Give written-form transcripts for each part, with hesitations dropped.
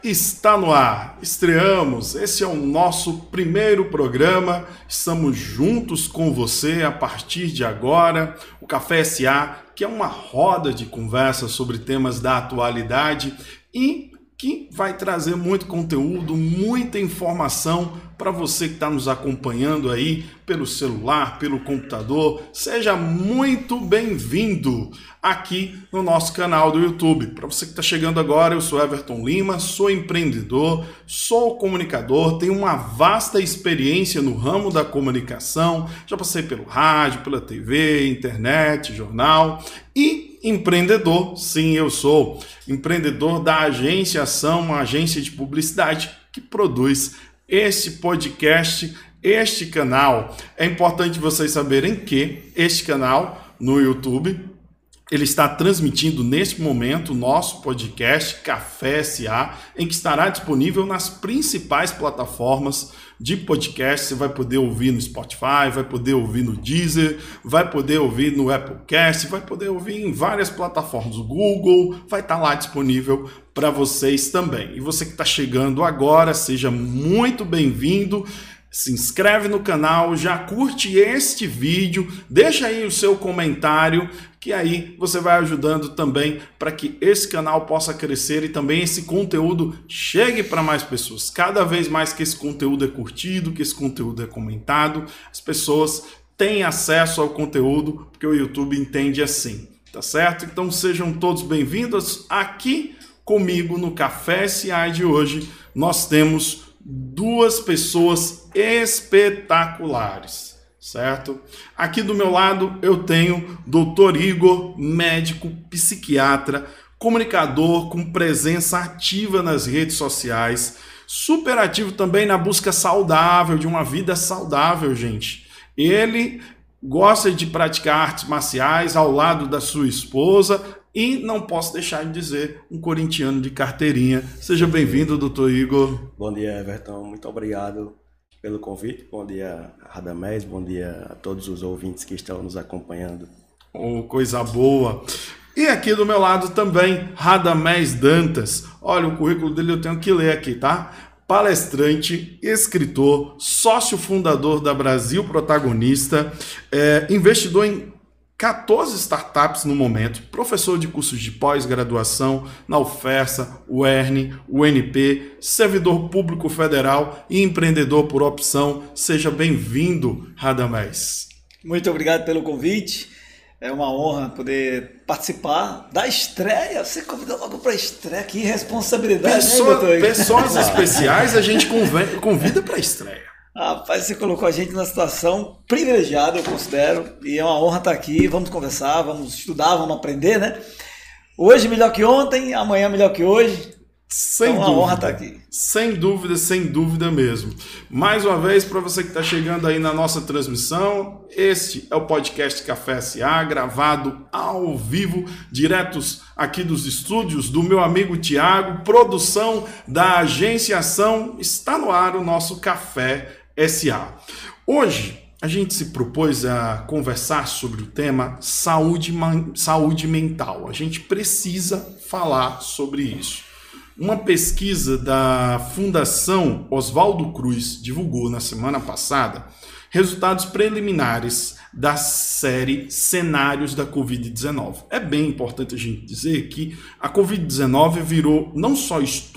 Está no ar, estreamos, esse é o nosso primeiro programa, estamos juntos com você a partir de agora, o Café SA, que é uma roda de conversa sobre temas da atualidade e que vai trazer muito conteúdo, muita informação para você que está nos acompanhando aí pelo celular, pelo computador. Seja muito bem-vindo aqui no nosso canal do YouTube. Para você que está chegando agora, eu sou Everton Lima, sou empreendedor, sou comunicador, tenho uma vasta experiência no ramo da comunicação, já passei pelo rádio, pela TV, internet, jornal e empreendedor. Sim, eu sou empreendedor da Agência Ação, uma agência de publicidade que produz este podcast, este canal. É importante vocês saberem que este canal no YouTube, ele está transmitindo neste momento o nosso podcast Café SA, em que estará disponível nas principais plataformas de podcast. Você vai poder ouvir no Spotify, vai poder ouvir no Deezer, vai poder ouvir no Applecast, vai poder ouvir em várias plataformas. O Google vai estar lá disponível para vocês também. E você que está chegando agora, seja muito bem-vindo. Se inscreve no canal, já curte este vídeo, deixa aí o seu comentário, que aí você vai ajudando também para que esse canal possa crescer e também esse conteúdo chegue para mais pessoas. Cada vez mais que esse conteúdo é curtido, que esse conteúdo é comentado, as pessoas têm acesso ao conteúdo, porque o YouTube entende assim, tá certo? Então sejam todos bem-vindos aqui comigo no Café SA de hoje. Nós temos duas pessoas espetaculares, certo? Aqui do meu lado eu tenho Dr. Igor, médico, psiquiatra, comunicador com presença ativa nas redes sociais, super ativo também na busca saudável, de uma vida saudável, gente. Ele gosta de praticar artes marciais ao lado da sua esposa e não posso deixar de dizer, um corintiano de carteirinha. Seja bem-vindo, doutor Igor. Bom dia, Everton. Muito obrigado pelo convite. Bom dia, Radamés. Bom dia a todos os ouvintes que estão nos acompanhando. Oh, coisa boa. E aqui do meu lado também, Radamés Dantas. Olha, o currículo dele eu tenho que ler aqui, tá? Palestrante, escritor, sócio fundador da Brasil Protagonista, investidor em 14 startups no momento, professor de cursos de pós-graduação na UFESA, UERN, UNP, servidor público federal e empreendedor por opção. Seja bem-vindo, Radamés. Muito obrigado pelo convite. É uma honra poder participar da estreia. Você convidou logo para a estreia. Que responsabilidade, Pessoas especiais a gente convida para a estreia. Rapaz, você colocou a gente numa situação privilegiada, eu considero, e é uma honra estar aqui. Vamos conversar, vamos estudar, vamos aprender, né? Hoje melhor que ontem, amanhã melhor que hoje. Sem dúvida. É uma honra estar aqui. Sem dúvida mesmo. Mais uma vez, para você que está chegando aí na nossa transmissão, este é o podcast Café SA, gravado ao vivo, diretos aqui dos estúdios do meu amigo Tiago, produção da Agência Ação. Está no ar o nosso Café SA. Hoje a gente se propôs a conversar sobre o tema saúde mental. A gente precisa falar sobre isso. Uma pesquisa da Fundação Oswaldo Cruz divulgou na semana passada resultados preliminares da série Cenários da Covid-19. É bem importante a gente dizer que a Covid-19 virou não só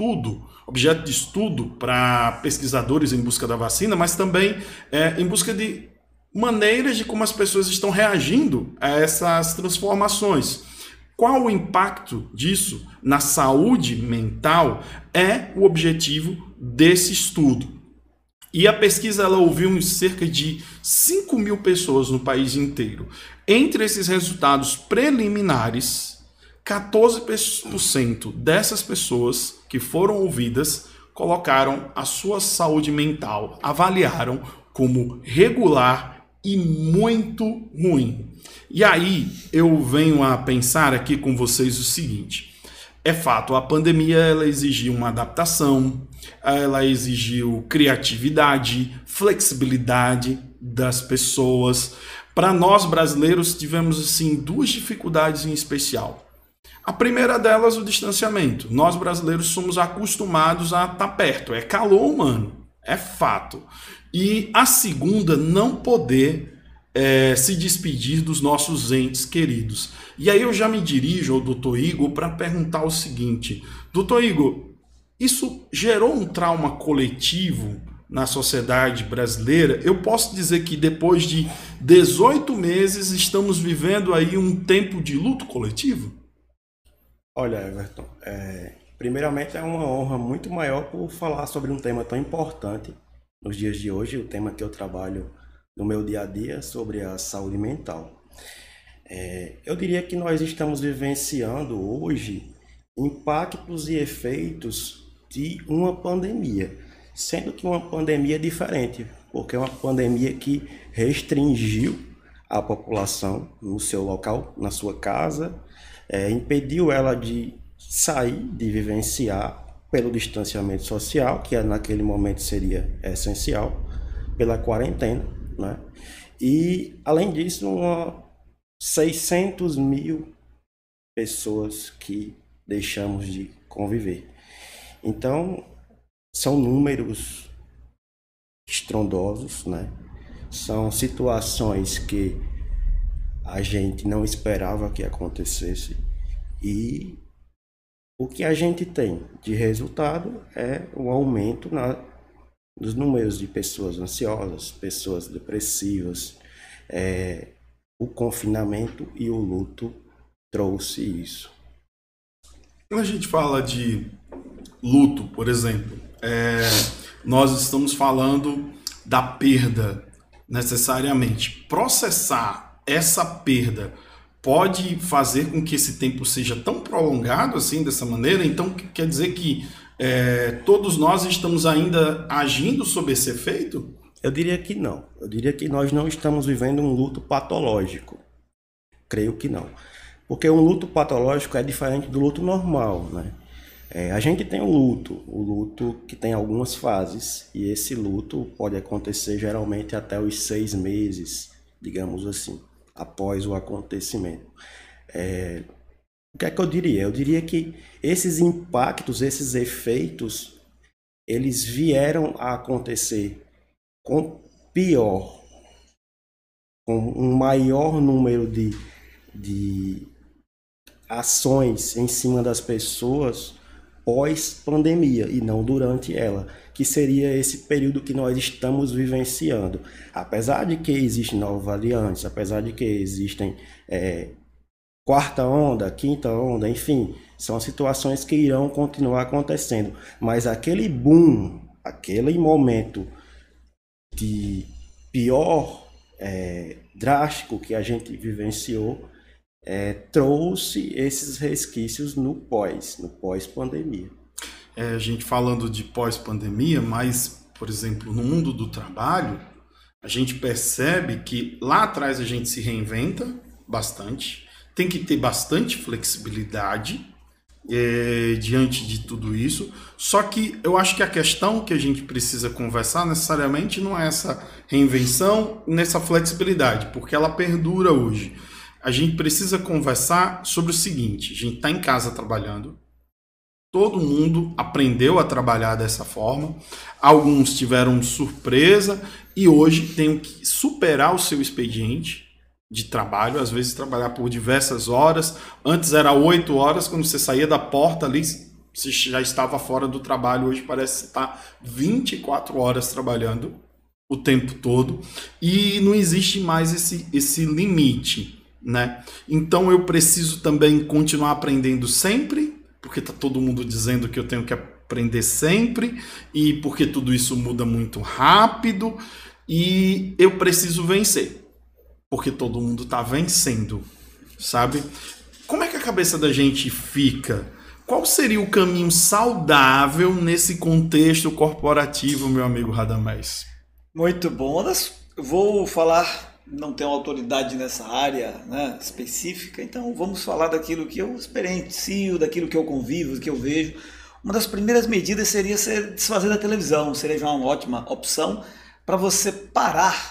objeto de estudo para pesquisadores em busca da vacina, mas também em busca de maneiras de como as pessoas estão reagindo a essas transformações. Qual o impacto disso na saúde mental é o objetivo desse estudo. E a pesquisa ela ouviu cerca de 5 mil pessoas no país inteiro. Entre esses resultados preliminares, 14% dessas pessoas que foram ouvidas colocaram a sua saúde mental, avaliaram como regular e muito ruim. E aí eu venho a pensar aqui com vocês o seguinte: é fato, a pandemia ela exigiu uma adaptação, ela exigiu criatividade, flexibilidade das pessoas. Para nós brasileiros tivemos assim duas dificuldades em especial. A primeira delas, o distanciamento. Nós brasileiros somos acostumados a estar perto. É calor humano, é fato. E a segunda, não poder se despedir dos nossos entes queridos. E aí eu já me dirijo ao doutor Igor para perguntar o seguinte. Doutor Igor, isso gerou um trauma coletivo na sociedade brasileira? Eu posso dizer que depois de 18 meses estamos vivendo aí um tempo de luto coletivo? Olha, Everton, primeiramente é uma honra muito maior por falar sobre um tema tão importante nos dias de hoje, o tema que eu trabalho no meu dia a dia sobre a saúde mental. Eu diria que nós estamos vivenciando hoje impactos e efeitos de uma pandemia, sendo que uma pandemia diferente, porque é uma pandemia que restringiu a população no seu local, na sua casa, impediu ela de sair, de vivenciar pelo distanciamento social, que naquele momento seria essencial, pela quarentena, né? E, além disso, 600 mil pessoas que deixamos de conviver. Então, são números estrondosos, né? São situações que a gente não esperava que acontecesse, e o que a gente tem de resultado é um aumento nos números de pessoas ansiosas, pessoas depressivas. O confinamento e o luto trouxe isso. Quando a gente fala de luto, por exemplo, nós estamos falando da perda necessariamente. Processar essa perda pode fazer com que esse tempo seja tão prolongado assim, dessa maneira? Então, quer dizer que todos nós estamos ainda agindo sob esse efeito? Eu diria que não. Eu diria que nós não estamos vivendo um luto patológico. Creio que não. Porque um luto patológico é diferente do luto normal, né? A gente tem o luto que tem algumas fases, e esse luto pode acontecer geralmente até os 6 meses, digamos assim, após o acontecimento. O que é que eu diria? Eu diria que esses impactos, esses efeitos, eles vieram a acontecer com um maior número de ações em cima das pessoas pós-pandemia e não durante ela, que seria esse período que nós estamos vivenciando. Apesar de que existem novas variantes, apesar de que existem quarta onda, quinta onda, enfim, são situações que irão continuar acontecendo, mas aquele boom, aquele momento de pior drástico que a gente vivenciou, trouxe esses resquícios no pós-pandemia. A gente falando de pós-pandemia, mas, por exemplo, no mundo do trabalho, a gente percebe que lá atrás a gente se reinventa bastante, tem que ter bastante flexibilidade diante de tudo isso. Só que eu acho que a questão que a gente precisa conversar necessariamente não é essa reinvenção, nessa flexibilidade, porque ela perdura hoje. A gente precisa conversar sobre o seguinte: a gente está em casa trabalhando, todo mundo aprendeu a trabalhar dessa forma, alguns tiveram surpresa e hoje tem que superar o seu expediente de trabalho, às vezes trabalhar por diversas horas. Antes era 8 horas, quando você saía da porta ali, você já estava fora do trabalho. Hoje parece que você está 24 horas trabalhando o tempo todo e não existe mais esse limite, né? Então eu preciso também continuar aprendendo sempre, porque está todo mundo dizendo que eu tenho que aprender sempre, e porque tudo isso muda muito rápido, e eu preciso vencer, porque todo mundo está vencendo, sabe? Como é que a cabeça da gente fica? Qual seria o caminho saudável nesse contexto corporativo, meu amigo Radamés? Muito bom. Vou falar, não tenho autoridade nessa área, né, específica, então vamos falar daquilo que eu experiencio, daquilo que eu convivo, que eu vejo. Uma das primeiras medidas seria se desfazer da televisão, seria já uma ótima opção para você parar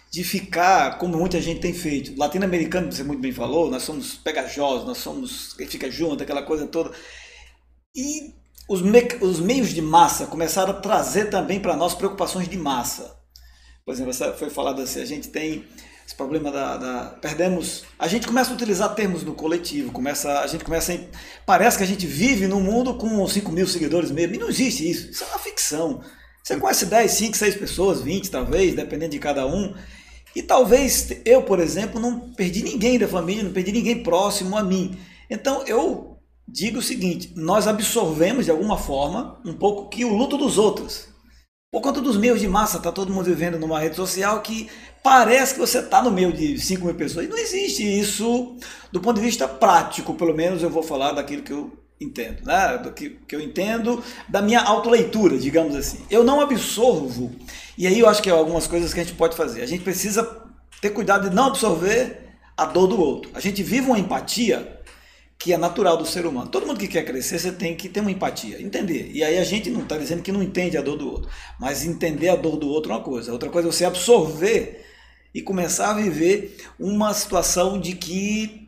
de ficar, como muita gente tem feito. Latino-americano, você muito bem falou, nós somos pegajosos, nós somos quem fica junto, aquela coisa toda. E os meios de massa começaram a trazer também para nós preocupações de massa. Por exemplo, foi falado assim, a gente tem esse problema perdemos, a gente começa a utilizar termos no coletivo, parece que a gente vive num mundo com 5 mil seguidores mesmo, e não existe isso é uma ficção. Você conhece 10, 5, 6 pessoas, 20 talvez, dependendo de cada um, e talvez eu, por exemplo, não perdi ninguém da família, não perdi ninguém próximo a mim. Então eu digo o seguinte, nós absorvemos de alguma forma um pouco que o luto dos outros. Por conta dos meios de massa, está todo mundo vivendo numa rede social que parece que você está no meio de 5 mil pessoas. E não existe isso do ponto de vista prático, pelo menos eu vou falar daquilo que eu entendo, né? Do que eu entendo da minha autoleitura, digamos assim. Eu não absorvo, e aí eu acho que é algumas coisas que a gente pode fazer. A gente precisa ter cuidado de não absorver a dor do outro. A gente vive uma empatia que é natural do ser humano. Todo mundo que quer crescer, você tem que ter uma empatia, entender. E aí a gente não está dizendo que não entende a dor do outro, mas entender a dor do outro é uma coisa. Outra coisa é você absorver e começar a viver uma situação de que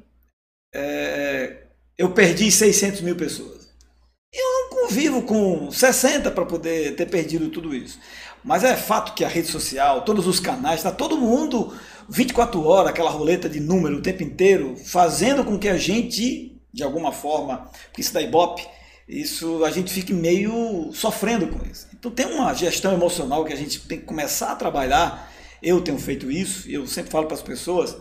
eu perdi 600 mil pessoas. Eu não convivo com 60 para poder ter perdido tudo isso. Mas é fato que a rede social, todos os canais, está todo mundo 24 horas, aquela roleta de número o tempo inteiro, fazendo com que a gente, de alguma forma, porque isso dá ibope, a gente fique meio sofrendo com isso. Então tem uma gestão emocional que a gente tem que começar a trabalhar. Eu tenho feito isso, eu sempre falo para as pessoas,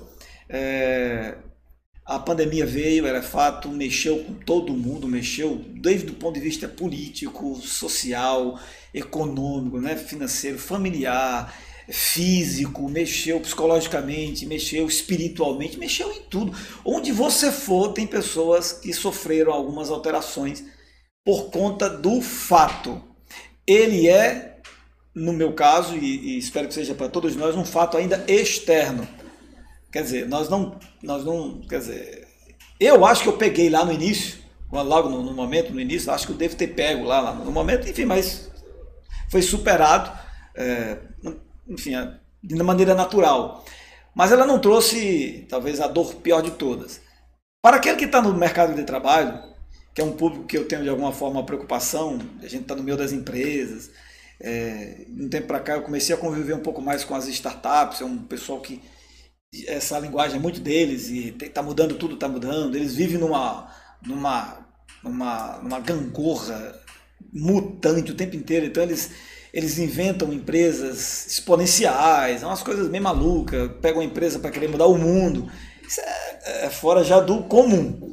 a pandemia veio, era fato, mexeu com todo mundo, mexeu desde o ponto de vista político, social, econômico, né, financeiro, familiar, físico, mexeu psicologicamente, mexeu espiritualmente, mexeu em tudo. Onde você for, tem pessoas que sofreram algumas alterações por conta do fato. Ele é, no meu caso, e espero que seja para todos nós, um fato ainda externo. Quer dizer, quer dizer, eu acho que eu peguei lá no início, logo no início, acho que eu devo ter pego lá no momento, enfim, mas foi superado, enfim, de maneira natural. Mas ela não trouxe, talvez, a dor pior de todas. Para aquele que está no mercado de trabalho, que é um público que eu tenho de alguma forma uma preocupação, a gente está no meio das empresas, de um tempo para cá eu comecei a conviver um pouco mais com as startups, é um pessoal que essa linguagem é muito deles e está mudando, tudo está mudando, eles vivem numa gangorra mutante o tempo inteiro, então eles inventam empresas exponenciais, umas coisas meio malucas, pegam uma empresa para querer mudar o mundo. Isso é fora já do comum.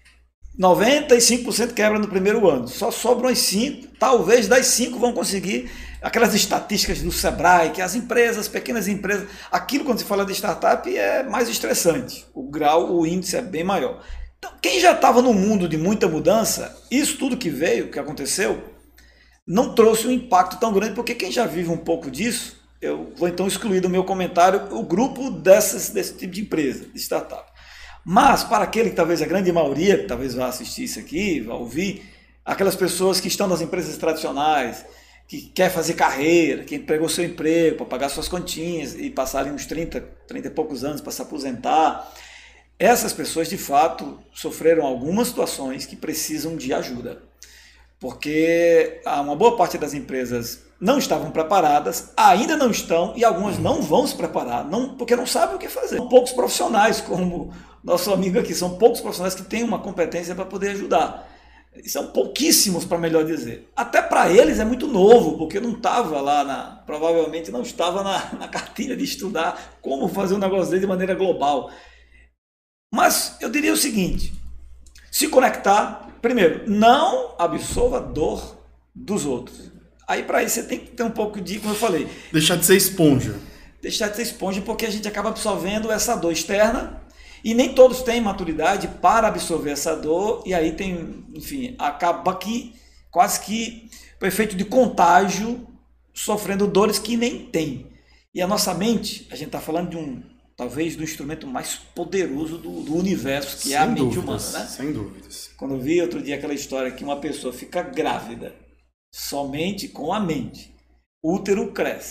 95% quebra no primeiro ano, só sobram as 5%, talvez das 5 vão conseguir, aquelas estatísticas do Sebrae, que as empresas, pequenas empresas, aquilo quando se fala de startup é mais estressante, o índice é bem maior. Então, quem já estava no mundo de muita mudança, isso tudo que veio, que aconteceu, não trouxe um impacto tão grande, porque quem já vive um pouco disso, eu vou então excluir do meu comentário o grupo desse tipo de empresa, de startup. Mas para aquele que talvez a grande maioria, que talvez vá assistir isso aqui, vá ouvir, aquelas pessoas que estão nas empresas tradicionais, que quer fazer carreira, que entregou seu emprego para pagar suas continhas e passarem uns 30 e poucos anos para se aposentar, essas pessoas de fato sofreram algumas situações que precisam de ajuda. Porque uma boa parte das empresas não estavam preparadas, ainda não estão, e algumas não vão se preparar, porque não sabem o que fazer. São poucos profissionais, como nosso amigo aqui, são poucos profissionais que têm uma competência para poder ajudar. E são pouquíssimos, para melhor dizer. Até para eles é muito novo, porque não estava lá, provavelmente não estava na cartilha de estudar como fazer um negócio dele de maneira global. Mas eu diria o seguinte, se conectar. Primeiro, não absorva a dor dos outros. Aí para isso você tem que ter um pouco de, como eu falei... Deixar de ser esponja. Deixar de ser esponja porque a gente acaba absorvendo essa dor externa e nem todos têm maturidade para absorver essa dor e aí tem, enfim, acaba aqui quase que o efeito de contágio sofrendo dores que nem tem. E a nossa mente, a gente está falando de talvez do instrumento mais poderoso do universo, que é a mente humana, né? Sem dúvidas. Quando eu vi outro dia aquela história que uma pessoa fica grávida somente com a mente, o útero cresce,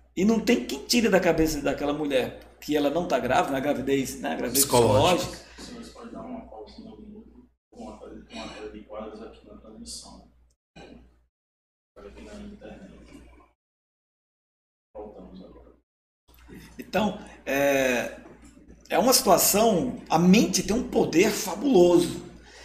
E não tem quem tire da cabeça daquela mulher que ela não está grávida, na gravidez, né? Gravidez psicológica. Você pode dar uma pausinha com uma tela de quadros aqui na transmissão. Aqui na internet. Voltamos agora. Então, é uma situação, a mente tem um poder fabuloso,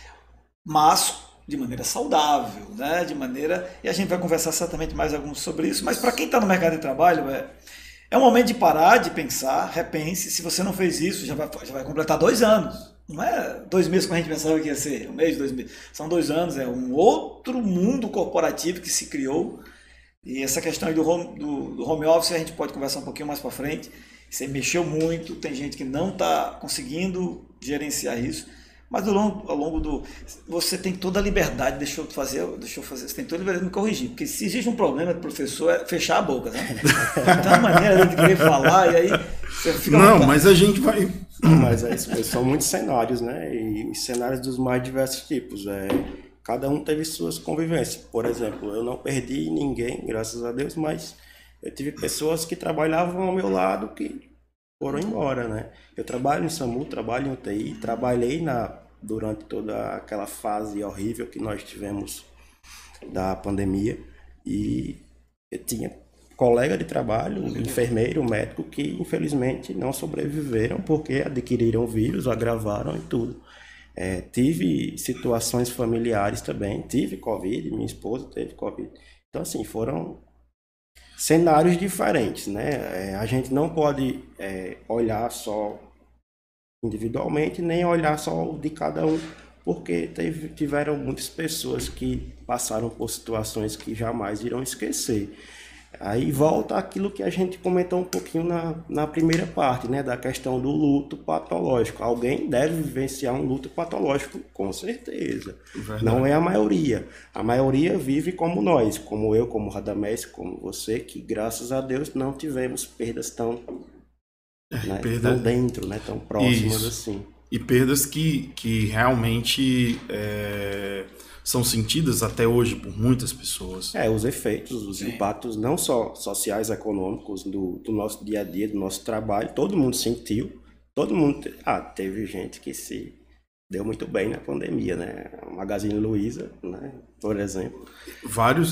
mas de maneira saudável, né? E a gente vai conversar certamente mais alguns sobre isso, mas para quem está no mercado de trabalho, é um momento de parar, de pensar, repense. Se você não fez isso, já vai completar 2 anos. Não é 2 meses como a gente pensava que ia ser, 1 mês, 2 meses. São 2 anos, é um outro mundo corporativo que se criou. E essa questão aí do home office a gente pode conversar um pouquinho mais para frente. Você mexeu muito, tem gente que não está conseguindo gerenciar isso. Mas ao longo do... Você tem toda a liberdade, deixa eu fazer, você tem toda a liberdade de me corrigir. Porque se existe um problema do professor, é fechar a boca, né? Então a maneira de querer falar, e aí você fica... Não, mas a gente vai... Mas é isso, são muitos cenários, né? E os cenários dos mais diversos tipos. Cada um teve suas convivências. Por exemplo, eu não perdi ninguém, graças a Deus, mas eu tive pessoas que trabalhavam ao meu lado que foram embora, né? Eu trabalho em SAMU, trabalho em UTI, trabalhei durante toda aquela fase horrível que nós tivemos da pandemia, e eu tinha colega de trabalho, enfermeiro, médico, que infelizmente não sobreviveram porque adquiriram o vírus, agravaram e tudo. Tive situações familiares também, tive Covid, minha esposa teve Covid. Então, assim, foram cenários diferentes, né? A gente não pode olhar só individualmente, nem olhar só o de cada um, porque tiveram muitas pessoas que passaram por situações que jamais irão esquecer. Aí volta aquilo que a gente comentou um pouquinho na primeira parte, né, da questão do luto patológico. Alguém deve vivenciar um luto patológico, com certeza. Verdade. Não é a maioria. A maioria vive como nós, como eu, como Radamés, como você, que graças a Deus não tivemos perdas tão dentro, né, tão próximas. Isso. Assim. E perdas que realmente são sentidas até hoje por muitas pessoas. Os efeitos, os impactos não só sociais, econômicos do nosso dia a dia, do nosso trabalho, todo mundo sentiu, todo mundo... teve gente que se deu muito bem na pandemia, né? A Magazine Luiza, né? Por exemplo. Vários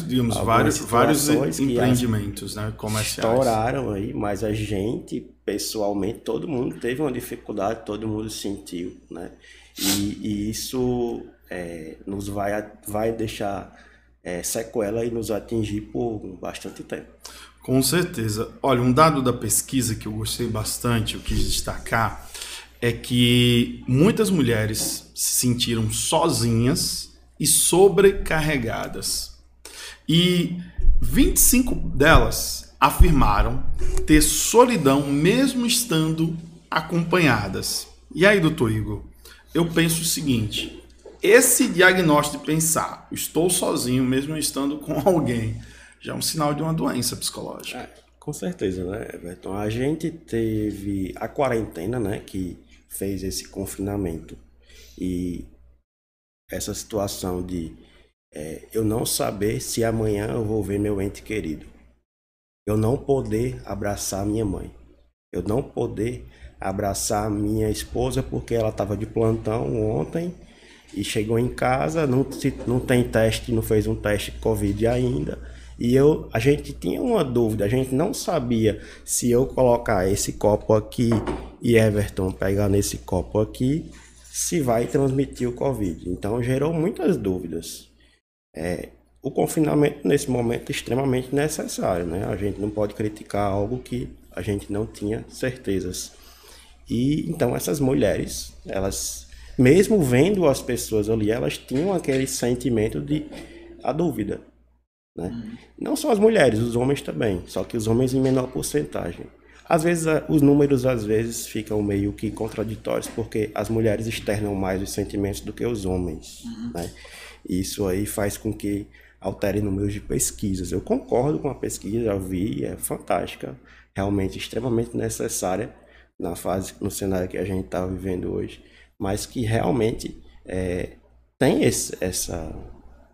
empreendimentos, né? Comerciais. Estouraram aí, mas a gente, pessoalmente, todo mundo teve uma dificuldade, todo mundo sentiu, né? E isso... nos vai deixar sequela e nos atingir por bastante tempo. Com certeza. Olha, um dado da pesquisa que eu gostei bastante, eu quis destacar, é que muitas mulheres se sentiram sozinhas e sobrecarregadas. E 25 delas afirmaram ter solidão mesmo estando acompanhadas. E aí, doutor Igor, eu penso o seguinte... Esse diagnóstico de pensar, estou sozinho mesmo estando com alguém, já é um sinal de uma doença psicológica. Com certeza, né, Everton? A gente teve a quarentena, né, que fez esse confinamento. E essa situação de eu não saber se amanhã eu vou ver meu ente querido. Eu não poder abraçar minha mãe. Eu não poder abraçar minha esposa porque ela estava de plantão ontem, e chegou em casa, não tem teste, não fez um teste de Covid ainda. E a gente tinha uma dúvida, a gente não sabia se eu colocar esse copo aqui e Everton pegar nesse copo aqui, se vai transmitir o Covid. Então gerou muitas dúvidas. O confinamento nesse momento é extremamente necessário, né? A gente não pode criticar algo que a gente não tinha certezas. E então essas mulheres, elas... mesmo vendo as pessoas ali, elas tinham aquele sentimento de a dúvida, né? Não só as mulheres, os homens também, só que os homens em menor porcentagem. Às vezes, os números ficam meio que contraditórios, porque as mulheres externam mais os sentimentos do que os homens, né? E isso aí faz com que altere números de pesquisas. Eu concordo com a pesquisa, eu vi, é fantástica, realmente extremamente necessária no cenário que a gente está vivendo hoje, mas que realmente tem esse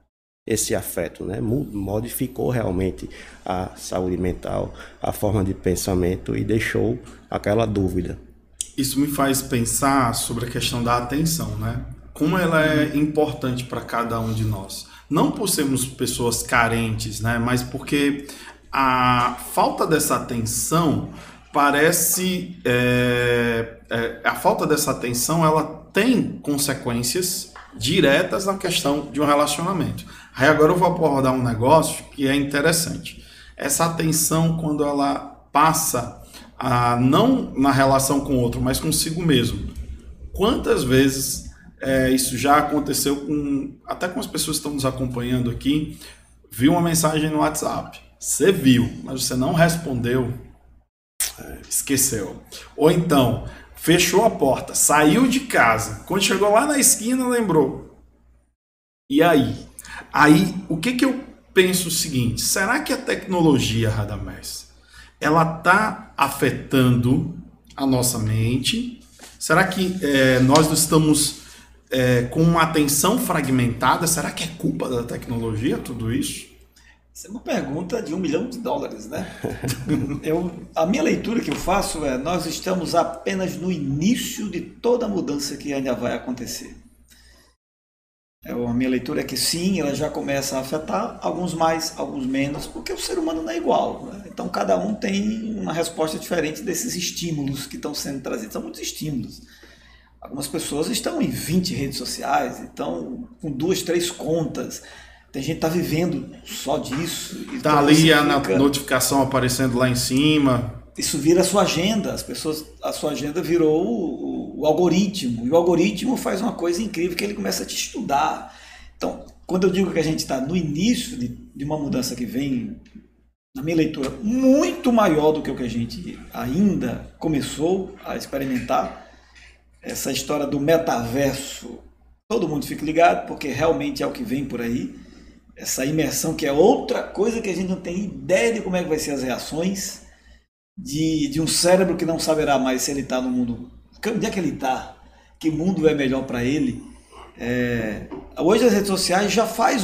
esse afeto, né? Modificou realmente a saúde mental, a forma de pensamento e deixou aquela dúvida. Isso me faz pensar sobre a questão da atenção, né? Como ela é importante para cada um de nós. Não por sermos pessoas carentes, né? Mas porque a falta dessa atenção parece... a falta dessa atenção, ela tem consequências diretas na questão de um relacionamento. Aí agora eu vou abordar um negócio que é interessante. Essa atenção, quando ela passa não na relação com o outro, mas consigo mesmo. Quantas vezes isso já aconteceu até com as pessoas que estão nos acompanhando aqui, viu uma mensagem no WhatsApp, você viu, mas você não respondeu, esqueceu. Ou então, fechou a porta, saiu de casa, quando chegou lá na esquina, lembrou. E aí? Aí, o que eu penso o seguinte, será que a tecnologia, Radamés, ela está afetando a nossa mente? Será que nós não estamos com uma atenção fragmentada? Será que é culpa da tecnologia tudo isso? Isso é uma pergunta de $1 milhão, né? A minha leitura que eu faço nós estamos apenas no início de toda a mudança que ainda vai acontecer. A minha leitura é que sim, ela já começa a afetar, alguns mais, alguns menos, porque o ser humano não é igual, né? Então cada um tem uma resposta diferente desses estímulos que estão sendo trazidos. São muitos estímulos. Algumas pessoas estão em 20 redes sociais, estão com 2, 3 contas. Tem gente que está vivendo só disso. Está ali a notificação aparecendo lá em cima. Isso vira a sua agenda. A sua agenda virou o algoritmo. E o algoritmo faz uma coisa incrível, que ele começa a te estudar. Então, quando eu digo que a gente está no início de uma mudança que vem, na minha leitura, muito maior do que o que a gente ainda começou a experimentar, essa história do metaverso, todo mundo fica ligado, porque realmente é o que vem por aí. Essa imersão, que é outra coisa que a gente não tem ideia de como é que vai ser as reações de um cérebro que não saberá mais se ele está no mundo. Onde é que ele está? Que mundo é melhor para ele? Hoje as redes sociais já faz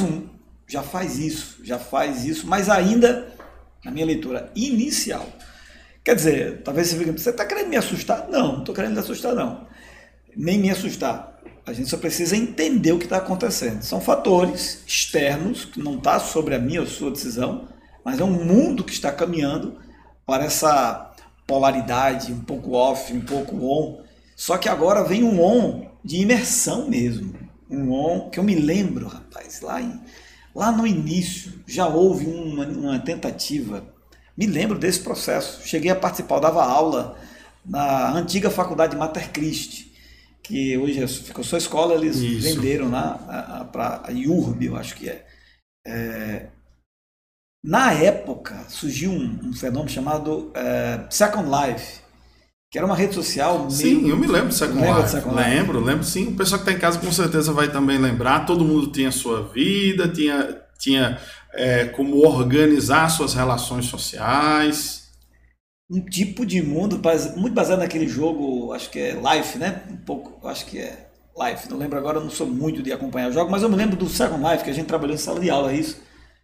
isso, mas ainda, na minha leitura inicial. Quer dizer, talvez você fique, você está querendo me assustar? Não estou querendo me assustar, não. Nem me assustar. A gente só precisa entender o que está acontecendo. São fatores externos, que não está sobre a minha ou sua decisão, mas é um mundo que está caminhando para essa polaridade, um pouco off, um pouco on. Só que agora vem um on de imersão mesmo. Um on que eu me lembro, rapaz, lá no início já houve uma tentativa. Me lembro desse processo. Cheguei a participar, eu dava aula na antiga faculdade Mater Christi, que hoje ficou sua escola, eles venderam para a IURB, eu acho que é. Na época, surgiu um fenômeno chamado Second Life, que era uma rede social... Sim, eu me lembro do Second Life. Lembro sim. O pessoal que está em casa com certeza vai também lembrar. Todo mundo tinha sua vida, tinha como organizar suas relações sociais... Um tipo de mundo muito baseado naquele jogo, acho que é Life, né? Um pouco, acho que é Life, não lembro agora, eu não sou muito de acompanhar o jogo, mas eu me lembro do Second Life, que a gente trabalhou em sala de aula, isso.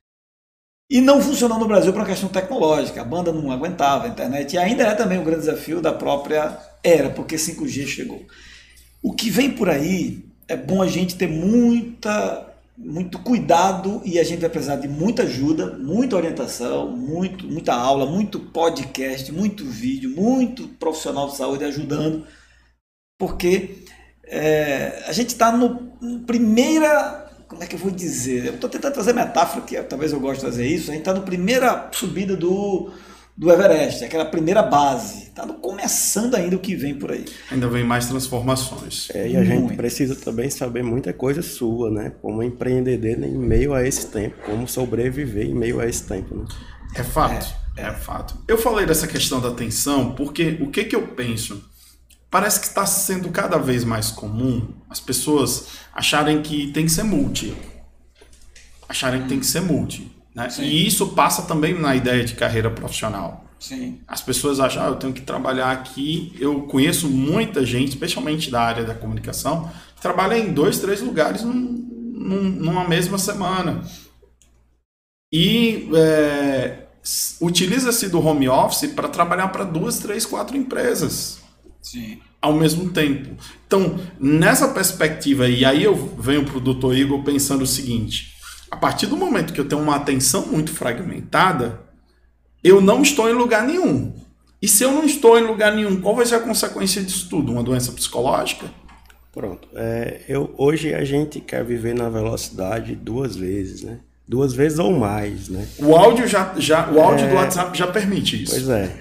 E não funcionou no Brasil por uma questão tecnológica, a banda não aguentava a internet, e ainda é também um grande desafio da própria era, porque 5G chegou. O que vem por aí, é bom a gente ter muito cuidado, e a gente vai precisar de muita ajuda, muita orientação, muita aula, muito podcast, muito vídeo, muito profissional de saúde ajudando, porque a gente está no primeira, como é que eu vou dizer? Eu estou tentando trazer metáfora, que talvez eu goste de fazer isso. A gente está na primeira subida do Everest, aquela primeira base. Está começando ainda o que vem por aí. Ainda vem mais transformações. E a gente precisa também saber muita coisa sua, né? Como empreender em meio a esse tempo, como sobreviver em meio a esse tempo, né? É fato, é fato. Eu falei dessa questão da atenção porque o que eu penso? Parece que está sendo cada vez mais comum as pessoas acharem que tem que ser multi. Né? E isso passa também na ideia de carreira profissional. Sim. As pessoas acham, eu tenho que trabalhar aqui. Eu conheço muita gente, especialmente da área da comunicação, que trabalha em 2, 3 lugares numa mesma semana. e utiliza-se do home office para trabalhar para 2, 3, 4 empresas. Sim. Ao mesmo tempo. Então, nessa perspectiva, e aí eu venho para o Dr. Igor pensando o seguinte: a partir do momento que eu tenho uma atenção muito fragmentada, eu não estou em lugar nenhum. E se eu não estou em lugar nenhum, qual vai ser a consequência disso tudo? Uma doença psicológica? Pronto. Hoje a gente quer viver na velocidade 2 vezes, né? 2 vezes ou mais, né? O áudio do WhatsApp já permite isso. Pois é.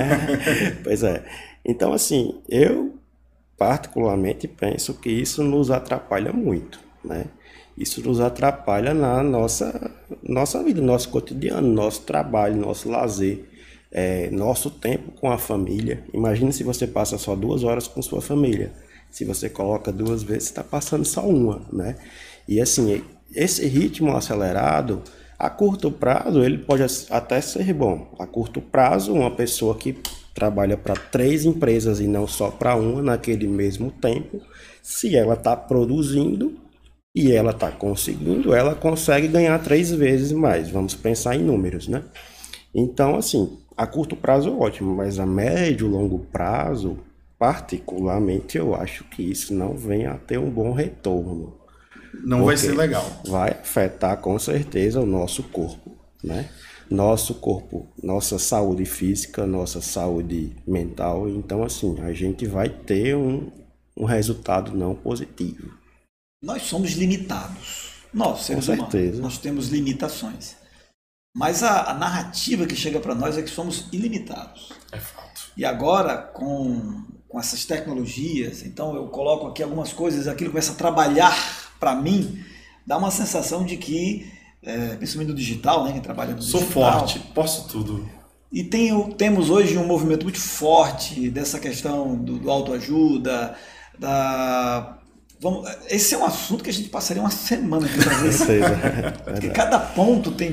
Pois é. Então, assim, eu particularmente penso que isso nos atrapalha muito, né? Isso nos atrapalha na nossa vida, nosso cotidiano, nosso trabalho, nosso lazer, nosso tempo com a família. Imagina se você passa só 2 horas com sua família. Se você coloca 2 vezes, está passando só uma, né? E assim, esse ritmo acelerado, a curto prazo, ele pode até ser bom. A curto prazo, uma pessoa que trabalha para 3 empresas e não só para uma naquele mesmo tempo, se ela está produzindo e ela está conseguindo, ela consegue ganhar 3 vezes mais. Vamos pensar em números, né? Então, assim, a curto prazo é ótimo, mas a médio e longo prazo, particularmente, eu acho que isso não vem a ter um bom retorno. Não vai ser legal. Vai afetar com certeza o nosso corpo, né? Nosso corpo, nossa saúde física, nossa saúde mental. Então, assim, a gente vai ter um resultado não positivo. Nós somos limitados. Nós, seres humanos, nós temos limitações. Mas a narrativa que chega para nós é que somos ilimitados. É fato. E agora, com essas tecnologias, então eu coloco aqui algumas coisas, aquilo começa a trabalhar para mim, dá uma sensação de que, principalmente no digital, né, quem trabalha no digital... Sou forte, posso tudo. E temos hoje um movimento muito forte dessa questão do autoajuda, esse é um assunto que a gente passaria uma semana aqui para ver. Porque cada ponto tem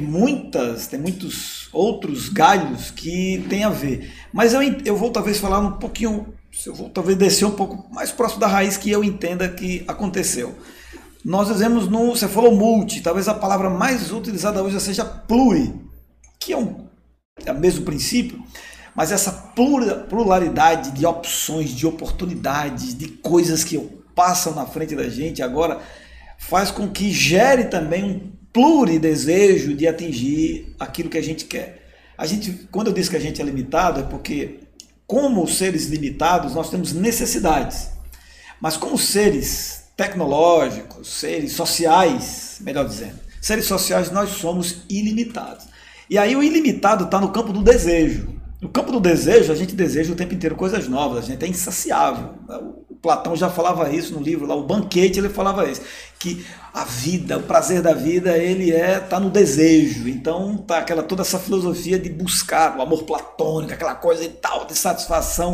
muitos outros galhos que tem a ver. Mas eu vou talvez falar um pouquinho, eu vou talvez descer um pouco mais próximo da raiz que eu entenda que aconteceu. Nós dizemos você falou multi, talvez a palavra mais utilizada hoje seja pluri, que é o mesmo princípio, mas essa pluralidade de opções, de oportunidades, de coisas que passam na frente da gente agora, faz com que gere também um pluridesejo de atingir aquilo que a gente quer. Quando eu disse que a gente é limitado, é porque, como seres limitados, nós temos necessidades, mas como seres tecnológicos, seres sociais, melhor dizendo, seres sociais, nós somos ilimitados. E aí o ilimitado está no campo do desejo. No campo do desejo, a gente deseja o tempo inteiro coisas novas, a gente é insaciável. O Platão já falava isso no livro lá, o Banquete, ele falava isso, que a vida, o prazer da vida, ele tá no desejo. Então tá toda essa filosofia de buscar o amor platônico, aquela coisa e tal, de satisfação.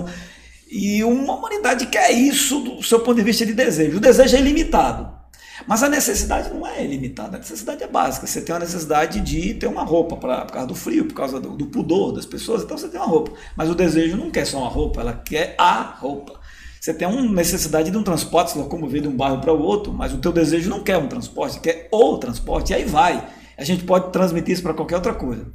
E uma humanidade quer isso do seu ponto de vista de desejo. O desejo é ilimitado, mas a necessidade não é ilimitada, a necessidade é básica. Você tem a necessidade de ter uma roupa por causa do frio, por causa do pudor das pessoas, então você tem uma roupa. Mas o desejo não quer só uma roupa, ela quer a roupa. Você tem uma necessidade de um transporte, se locomover de um bairro para o outro, mas o teu desejo não quer um transporte, quer o transporte, e aí vai. A gente pode transmitir isso para qualquer outra coisa.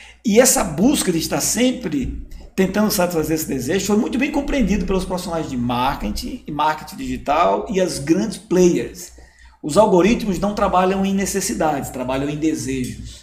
E essa busca de estar sempre tentando satisfazer esse desejo foi muito bem compreendido pelos profissionais de marketing e marketing digital e as grandes players. Os algoritmos não trabalham em necessidades, trabalham em desejos.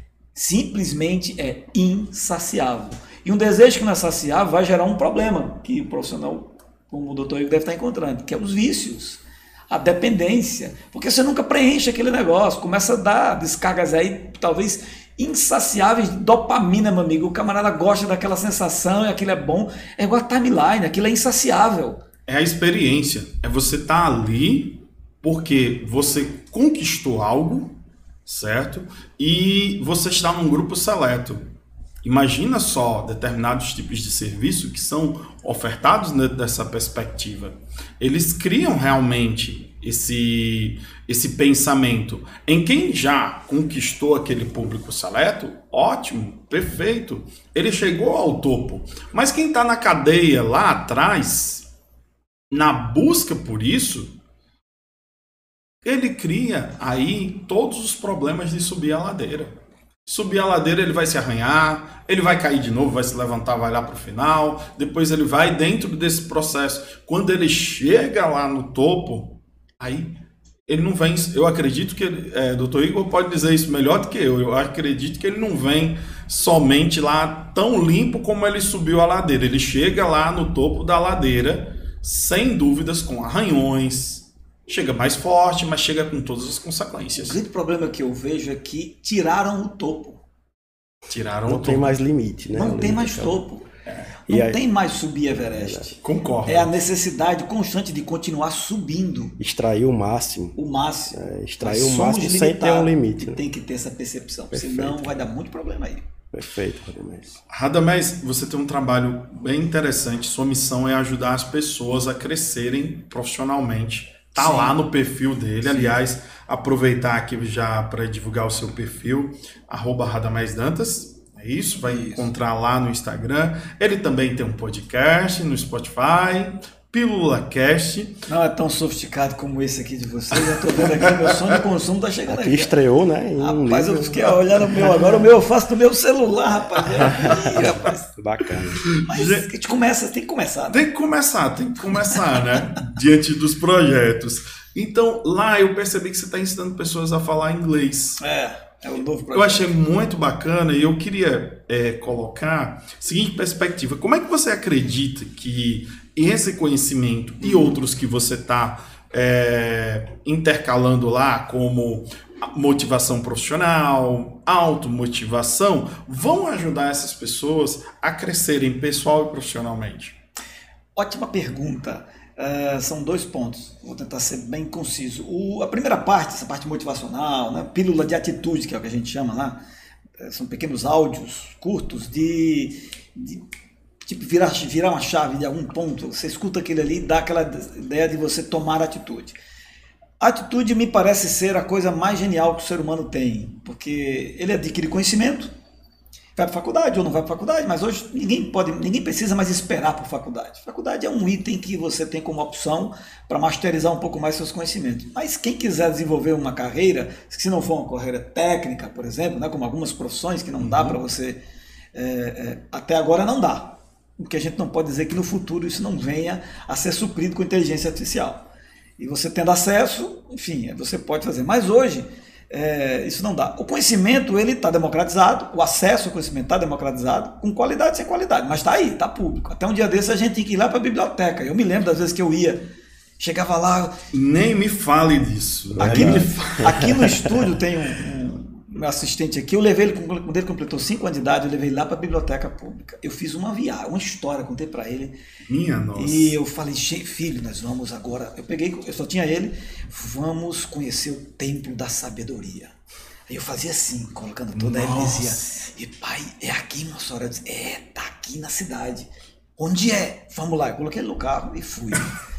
Simplesmente é insaciável. E um desejo que não é saciável vai gerar um problema, que o profissional, como o doutor Igor, deve estar encontrando, que é os vícios, a dependência. Porque você nunca preenche aquele negócio, começa a dar descargas aí, talvez insaciáveis de dopamina, meu amigo. O camarada gosta daquela sensação e aquilo é bom. É igual a timeline, aquilo é insaciável. É a experiência. É você estar ali porque você conquistou algo, certo? E você está num grupo seleto. Imagina só determinados tipos de serviço que são ofertados dessa perspectiva. Eles criam realmente esse pensamento. Em quem já conquistou aquele público seleto, ótimo, perfeito. Ele chegou ao topo. Mas quem está na cadeia lá atrás, na busca por isso, ele cria aí todos os problemas de subir a ladeira. Subir a ladeira, ele vai se arranhar, ele vai cair de novo, vai se levantar, vai lá para o final, depois ele vai dentro desse processo. Quando ele chega lá no topo, aí ele não vem. Eu acredito que Dr. Igor pode dizer isso melhor do que eu acredito que ele não vem somente lá tão limpo como ele subiu a ladeira. Ele chega lá no topo da ladeira, sem dúvidas, com arranhões. Chega mais forte, mas chega com todas as consequências. O grande problema que eu vejo é que tiraram o topo. Não tem mais limite, né? Não tem mais topo. Não tem mais subir Everest. Concordo. É a necessidade constante de continuar subindo. Extrair o máximo. O máximo. Extrair o máximo sem ter um limite. Tem que ter essa percepção. Perfeito. Senão vai dar muito problema aí. Perfeito, Radamés. Radamés, você tem um trabalho bem interessante. Sua missão é ajudar as pessoas a crescerem profissionalmente. Tá Sim. lá no perfil dele. Sim. Aliás, aproveitar aqui já para divulgar o seu perfil, @RadamésDantas. É isso, vai encontrar lá no Instagram. Ele também tem um podcast no Spotify, Pílula Cast. Não é tão sofisticado como esse aqui de vocês. Eu tô vendo aqui, meu sonho de consumo tá chegando aqui. Estreou, né? Rapaz, eu fiquei olhando o meu agora. O meu eu faço do meu celular, rapaz. Rapaz. Bacana. Mas a gente começa, tem que começar. Né? Tem que começar, né? Diante dos projetos. Então, lá eu percebi que você está ensinando pessoas a falar inglês. É um novo projeto. Eu achei muito bacana e eu queria colocar a seguinte perspectiva. Como é que você acredita que esse conhecimento e outros que você está intercalando lá, como motivação profissional, automotivação, vão ajudar essas pessoas a crescerem pessoal e profissionalmente? Ótima pergunta. São 2 pontos, vou tentar ser bem conciso. A primeira parte, essa parte motivacional, né, pílula de atitude, que é o que a gente chama lá, são pequenos áudios curtos de tipo virar uma chave de algum ponto. Você escuta aquele ali e dá aquela ideia de você tomar atitude. A atitude me parece ser a coisa mais genial que o ser humano tem, porque ele adquire conhecimento, vai para faculdade ou não vai para faculdade, mas hoje ninguém precisa mais esperar por faculdade. Faculdade é um item que você tem como opção para masterizar um pouco mais seus conhecimentos. Mas quem quiser desenvolver uma carreira, se não for uma carreira técnica, por exemplo, né, como algumas profissões que não dá para você, até agora não dá. Porque a gente não pode dizer que no futuro isso não venha a ser suprido com inteligência artificial. E você tendo acesso, enfim, você pode fazer. Mas hoje isso não dá. O conhecimento ele está democratizado, o acesso ao conhecimento está democratizado, com qualidade e sem qualidade, mas está aí, está público. Até um dia desse a gente tinha que ir lá para a biblioteca. Eu me lembro das vezes que eu ia, chegava lá... Nem me fale disso. Aqui no estúdio tem meu assistente aqui, eu levei ele, quando ele completou 5 anos de idade, eu levei ele lá para a biblioteca pública. Eu fiz uma viagem, uma história, contei para ele. Minha nossa. E eu falei, filho, nós vamos agora... Eu só tinha ele, vamos conhecer o Templo da Sabedoria. Aí eu fazia assim, colocando toda, aí ele dizia, e pai, é aqui, minha senhora? Eu disse, tá aqui na cidade. Onde é? Vamos lá. Eu coloquei ele no carro e fui.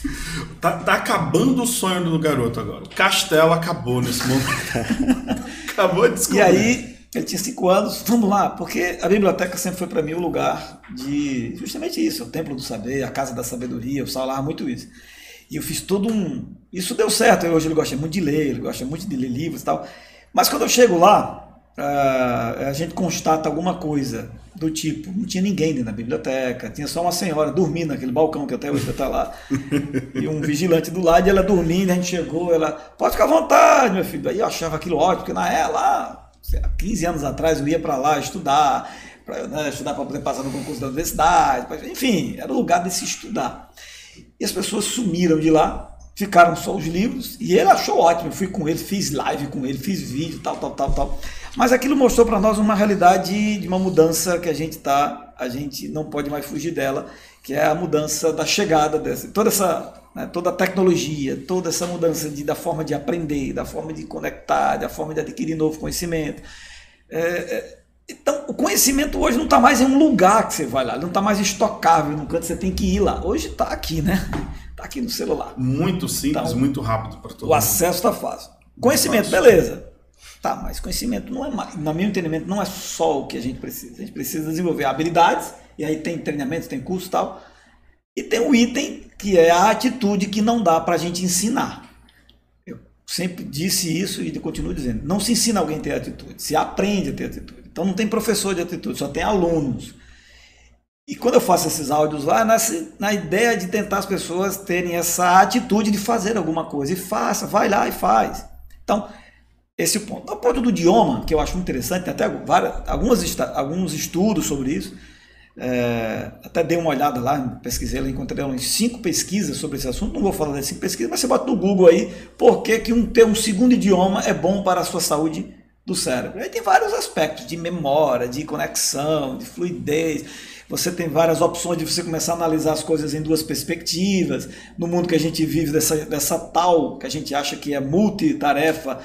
Tá acabando o sonho do garoto agora. O castelo acabou nesse momento. Acabou de descobrir. E aí, ele tinha 5 anos, vamos lá, porque a biblioteca sempre foi para mim o lugar de justamente isso, o Templo do Saber, a Casa da Sabedoria, eu falava muito isso. E eu fiz todo isso deu certo, hoje ele gosta muito de ler, ele gosta muito de ler livros e tal. Mas quando eu chego lá, a gente constata alguma coisa do tipo, não tinha ninguém dentro da biblioteca, tinha só uma senhora dormindo naquele balcão que até hoje está lá, e um vigilante do lado, e ela dormindo, a gente chegou, ela, pode ficar à vontade, meu filho. Aí eu achava aquilo ótimo, porque há 15 anos atrás eu ia para lá estudar, para poder passar no concurso da universidade, enfim, era o lugar de se estudar. E as pessoas sumiram de lá, ficaram só os livros, e ele achou ótimo, eu fui com ele, fiz live com ele, fiz vídeo, tal. Mas aquilo mostrou para nós uma realidade de uma mudança que a gente não pode mais fugir dela, que é a mudança da chegada toda a tecnologia, toda essa mudança da forma de aprender, da forma de conectar, da forma de adquirir novo conhecimento. Então, o conhecimento hoje não está mais em um lugar que você vai lá, não está mais estocável num canto, você tem que ir lá. Hoje está aqui, né? Está aqui no celular. Muito simples, então, muito rápido para todo mundo. O acesso está fácil. Conhecimento, beleza. Tá, mas conhecimento não é mais, no meu entendimento, não é só o que a gente precisa. A gente precisa desenvolver habilidades, e aí tem treinamento, tem curso e tal. E tem um item que é a atitude que não dá para a gente ensinar. sempre disse isso e continuo dizendo, não se ensina alguém a ter atitude, se aprende a ter atitude. Então não tem professor de atitude, só tem alunos. E quando eu faço esses áudios lá, na ideia de tentar as pessoas terem essa atitude de fazer alguma coisa. E faça, vai lá e faz. Então, esse é o ponto. O ponto do idioma, que eu acho muito interessante, tem até alguns estudos sobre isso. Até dei uma olhada lá, pesquisei lá, encontrei umas 5 pesquisas sobre esse assunto. Não vou falar das 5 pesquisas, mas você bota no Google aí por que ter um segundo idioma é bom para a sua saúde do cérebro. Aí tem vários aspectos de memória, de conexão, de fluidez. Você tem várias opções de você começar a analisar as coisas em 2 perspectivas. No mundo que a gente vive, dessa tal, que a gente acha que é multitarefa.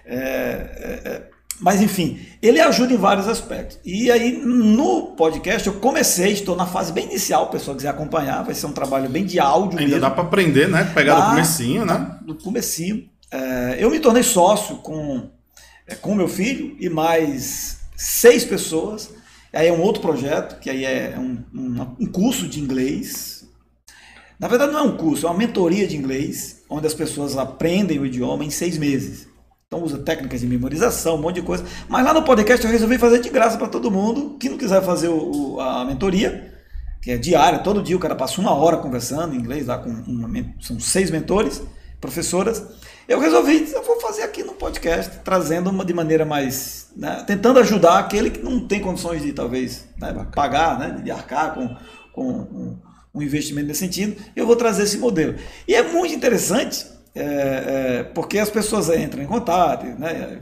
Mas enfim, ele ajuda em vários aspectos. E aí no podcast eu estou na fase bem inicial, o pessoal quiser acompanhar, vai ser um trabalho bem de áudio. Ainda mesmo. Dá para aprender, né? Pegar do comecinho, né? Do comecinho. Eu me tornei sócio com meu filho e mais 6 pessoas. Aí é um outro projeto, que aí é um curso de inglês. Na verdade não é um curso, é uma mentoria de inglês, onde as pessoas aprendem o idioma em 6 meses. Então usa técnicas de memorização, um monte de coisa. Mas lá no podcast eu resolvi fazer de graça para todo mundo. Que não quiser fazer a mentoria, que é diária, todo dia o cara passa 1 hora conversando em inglês, lá são 6 mentores, professoras. Eu resolvi, eu vou fazer aqui no podcast, trazendo de maneira mais, né, tentando ajudar aquele que não tem condições de talvez, né, pagar, né, de arcar com um investimento nesse sentido. Eu vou trazer esse modelo. E é muito interessante, porque as pessoas entram em contato, né,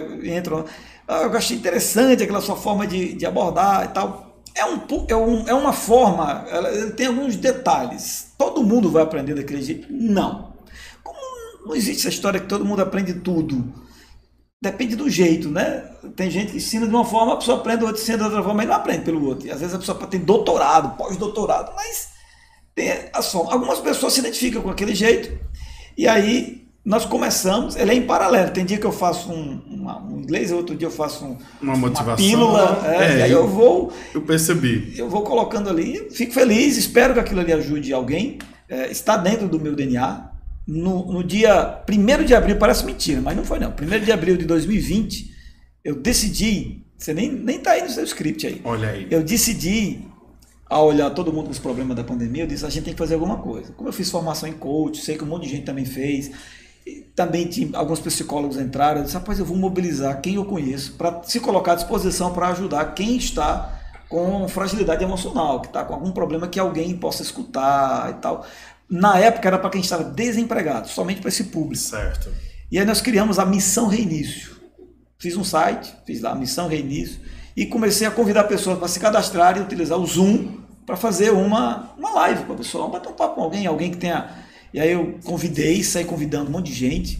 eu achei interessante aquela sua forma de abordar e tal. É uma forma, ela tem alguns detalhes. Todo mundo vai aprender daquele jeito? Não. Não existe essa história que todo mundo aprende tudo. Depende do jeito, né? Tem gente que ensina de uma forma, a pessoa aprende, o outro ensina de outra forma, mas não aprende pelo outro. E às vezes a pessoa tem doutorado, pós-doutorado, mas algumas pessoas se identificam com aquele jeito. E aí nós começamos, ele é em paralelo. Tem dia que eu faço um inglês, outro dia eu faço uma motivação, uma pílula. E aí eu percebi. Eu vou colocando ali, fico feliz, espero que aquilo ali ajude alguém. Está dentro do meu DNA. No dia 1º de abril, parece mentira, mas não foi não. 1º de abril de 2020, eu decidi, você nem está aí no seu script aí. Olha aí. Eu decidi, ao olhar todo mundo com os problemas da pandemia, eu disse, a gente tem que fazer alguma coisa. Como eu fiz formação em coach, sei que um monte de gente também fez, também alguns psicólogos entraram, eu disse, rapaz, eu vou mobilizar quem eu conheço para se colocar à disposição para ajudar quem está com fragilidade emocional, que está com algum problema que alguém possa escutar e tal. Na época era para quem estava desempregado, somente para esse público. Certo. E aí nós criamos a Missão Reinício. Fiz um site, fiz lá a Missão Reinício e comecei a convidar pessoas para se cadastrar e utilizar o Zoom para fazer uma live com a pessoa, bater um papo com alguém que tenha... E aí eu saí convidando um monte de gente.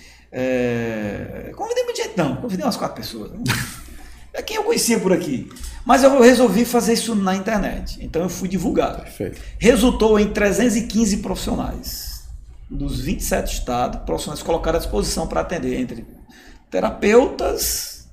Convidei muita gente não, convidei umas 4 pessoas. É quem eu conhecia por aqui. Mas eu resolvi fazer isso na internet. Então eu fui divulgar. Perfeito. Resultou em 315 profissionais. Dos 27 estados, profissionais colocaram à disposição para atender entre terapeutas,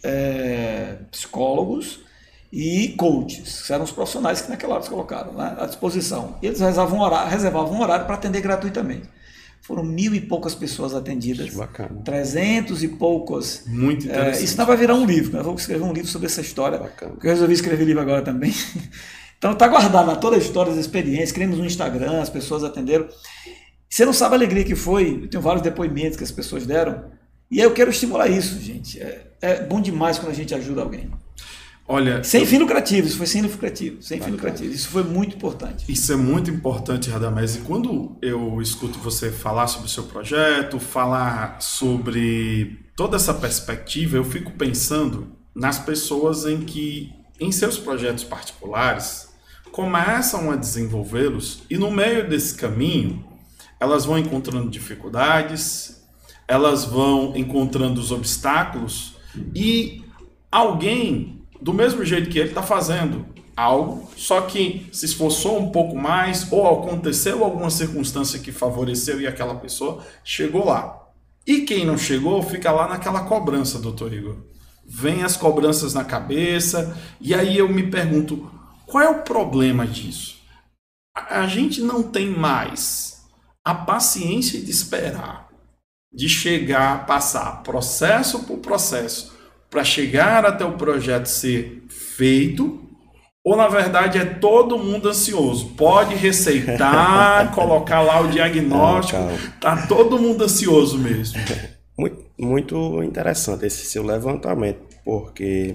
psicólogos e coaches, que eram os profissionais que naquela hora se colocaram, né, à disposição. E eles reservavam um horário para atender gratuitamente. Foram 1.000 e poucas pessoas atendidas. Bacana. 300 e poucos. Muito interessante. Isso não vai virar um livro, né? Eu vou escrever um livro sobre essa história. Bacana. Porque eu resolvi escrever livro agora também. Então está guardado toda a história, as experiências. Criamos um Instagram, as pessoas atenderam. Você não sabe a alegria que foi. Eu tenho vários depoimentos que as pessoas deram. E aí eu quero estimular isso, gente. É bom demais quando a gente ajuda alguém. Olha, sem fim lucrativo, isso foi sem fim lucrativo. Isso foi muito importante. Isso é muito importante, Radamés. E quando eu escuto você falar sobre o seu projeto, falar sobre toda essa perspectiva, eu fico pensando nas pessoas em seus projetos particulares, começam a desenvolvê-los e no meio desse caminho, elas vão encontrando dificuldades, elas vão encontrando os obstáculos e alguém... do mesmo jeito que ele está fazendo algo, só que se esforçou um pouco mais, ou aconteceu alguma circunstância que favoreceu e aquela pessoa chegou lá. E quem não chegou fica lá naquela cobrança, doutor Igor. Vem as cobranças na cabeça, e aí eu me pergunto, qual é o problema disso? A gente não tem mais a paciência de esperar de chegar, passar processo por processo, para chegar até o projeto ser feito, ou na verdade é todo mundo ansioso? Pode receitar, colocar lá o diagnóstico, tá todo mundo ansioso mesmo. Muito, muito interessante esse seu levantamento, porque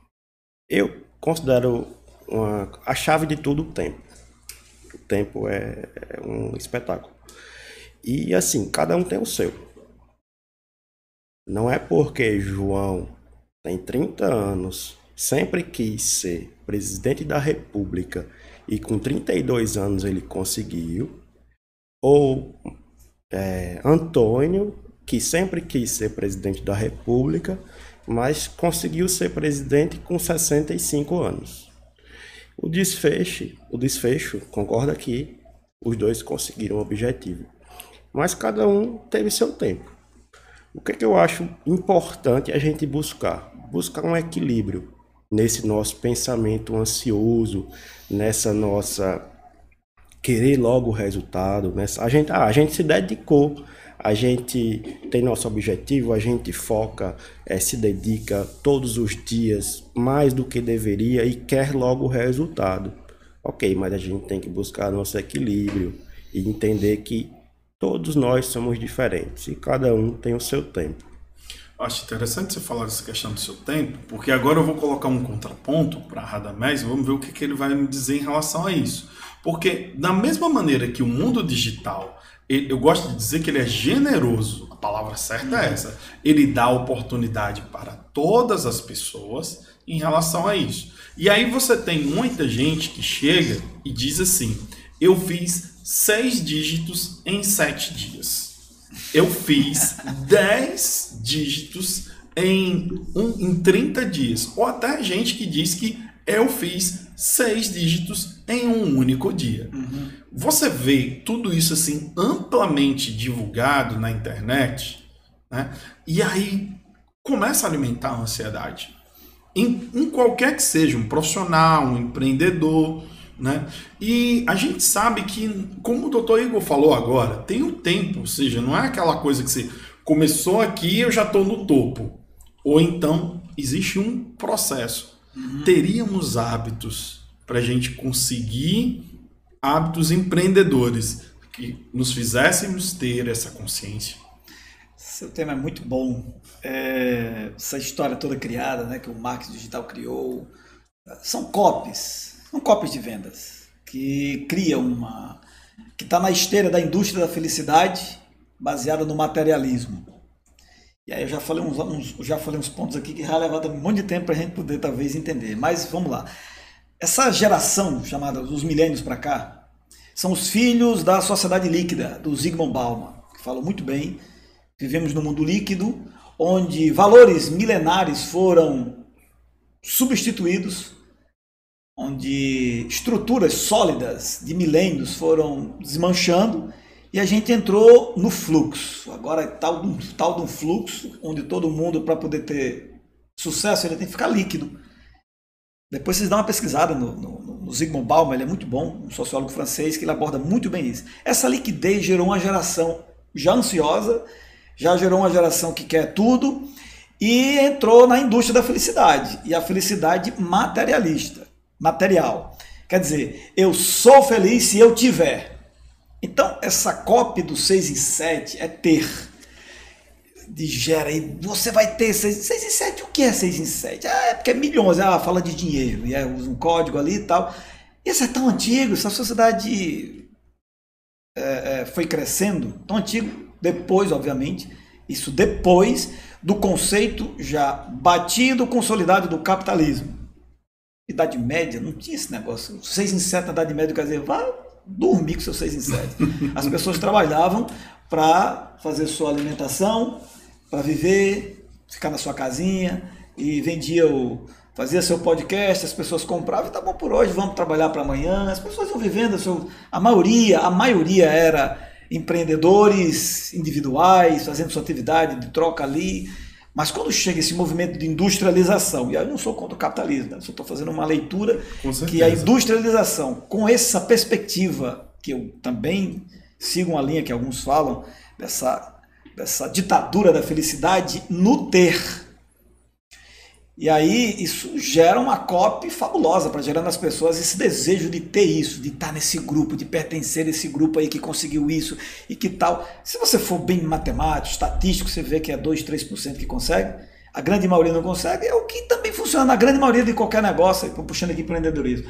eu considero a chave de tudo o tempo. O tempo é um espetáculo. E assim, cada um tem o seu. Não é porque João tem 30 anos, sempre quis ser presidente da República e com 32 anos ele conseguiu, ou Antônio, que sempre quis ser presidente da República, mas conseguiu ser presidente com 65 anos. O desfecho, concorda que os dois conseguiram o objetivo, mas cada um teve seu tempo. O que eu acho importante a gente buscar? Buscar um equilíbrio nesse nosso pensamento ansioso, nessa nossa querer logo o resultado. A gente se dedicou, a gente tem nosso objetivo, a gente foca, se dedica todos os dias mais do que deveria e quer logo o resultado. Ok, mas a gente tem que buscar nosso equilíbrio e entender que todos nós somos diferentes e cada um tem o seu tempo. Acho interessante você falar dessa questão do seu tempo, porque agora eu vou colocar um contraponto para Radamés e vamos ver o que ele vai me dizer em relação a isso. Porque da mesma maneira que o mundo digital, eu gosto de dizer que ele é generoso, a palavra certa é essa, ele dá oportunidade para todas as pessoas em relação a isso. E aí você tem muita gente que chega e diz assim, eu fiz 6 dígitos em 7 dias. Eu fiz 10 dígitos em 30 dias. Ou até gente que diz que eu fiz 6 dígitos em um único dia. Uhum. Você vê tudo isso assim amplamente divulgado na internet, né? E aí começa a alimentar a ansiedade. Em qualquer que seja, um profissional, um empreendedor, né? E a gente sabe que, como o Dr. Igor falou agora, tem um tempo, ou seja, não é aquela coisa que você começou aqui e eu já estou no topo. Ou então, existe um processo. Uhum. Teríamos hábitos para a gente conseguir hábitos empreendedores que nos fizéssemos ter essa consciência. Seu tema é muito bom. Essa história toda criada, né, que o marketing digital criou, são copies de vendas, que cria que está na esteira da indústria da felicidade, baseada no materialismo. E aí eu já falei uns pontos aqui que já levaram um monte de tempo para a gente poder talvez entender, mas vamos lá. Essa geração chamada dos milênios para cá, são os filhos da sociedade líquida, do Zygmunt Bauman, que falou muito bem, vivemos no mundo líquido, onde valores milenares foram substituídos, onde estruturas sólidas de milênios foram desmanchando e a gente entrou no fluxo. Agora é tal de um fluxo onde todo mundo, para poder ter sucesso, ele tem que ficar líquido. Depois vocês dão uma pesquisada no Zygmunt Bauman, ele é muito bom, um sociólogo francês que ele aborda muito bem isso. Essa liquidez gerou uma geração já ansiosa, já gerou uma geração que quer tudo e entrou na indústria da felicidade, e a felicidade material. Quer dizer, eu sou feliz se eu tiver. Então, essa cópia do 6 em 7 é ter. Digera aí, você vai ter 6 em 7. O que é 6 em 7? É porque é milhões, fala de dinheiro, e usa um código ali e tal. Isso é tão antigo, essa sociedade foi crescendo, tão antigo, depois, obviamente, isso depois do conceito já batido, consolidado do capitalismo. Idade Média, não tinha esse negócio. 6 em 7 na Idade Média, quer dizer, vá dormir com seu 6 em 7. As pessoas trabalhavam para fazer sua alimentação, para viver, ficar na sua casinha, e fazia seu podcast, as pessoas compravam, e tá bom por hoje, vamos trabalhar para amanhã. As pessoas iam vivendo, a maioria era empreendedores individuais, fazendo sua atividade de troca ali. Mas quando chega esse movimento de industrialização, e eu não sou contra o capitalismo, eu só estou fazendo uma leitura que a industrialização, com essa perspectiva, que eu também sigo uma linha que alguns falam, dessa dessa ditadura da felicidade no ter. E aí isso gera uma copy fabulosa para gerar nas pessoas esse desejo de ter isso, de estar nesse grupo, de pertencer a esse grupo aí que conseguiu isso e que tal. Se você for bem matemático, estatístico, você vê que é 2, 3% que consegue. A grande maioria não consegue. É o que também funciona na grande maioria de qualquer negócio, puxando aqui empreendedorismo.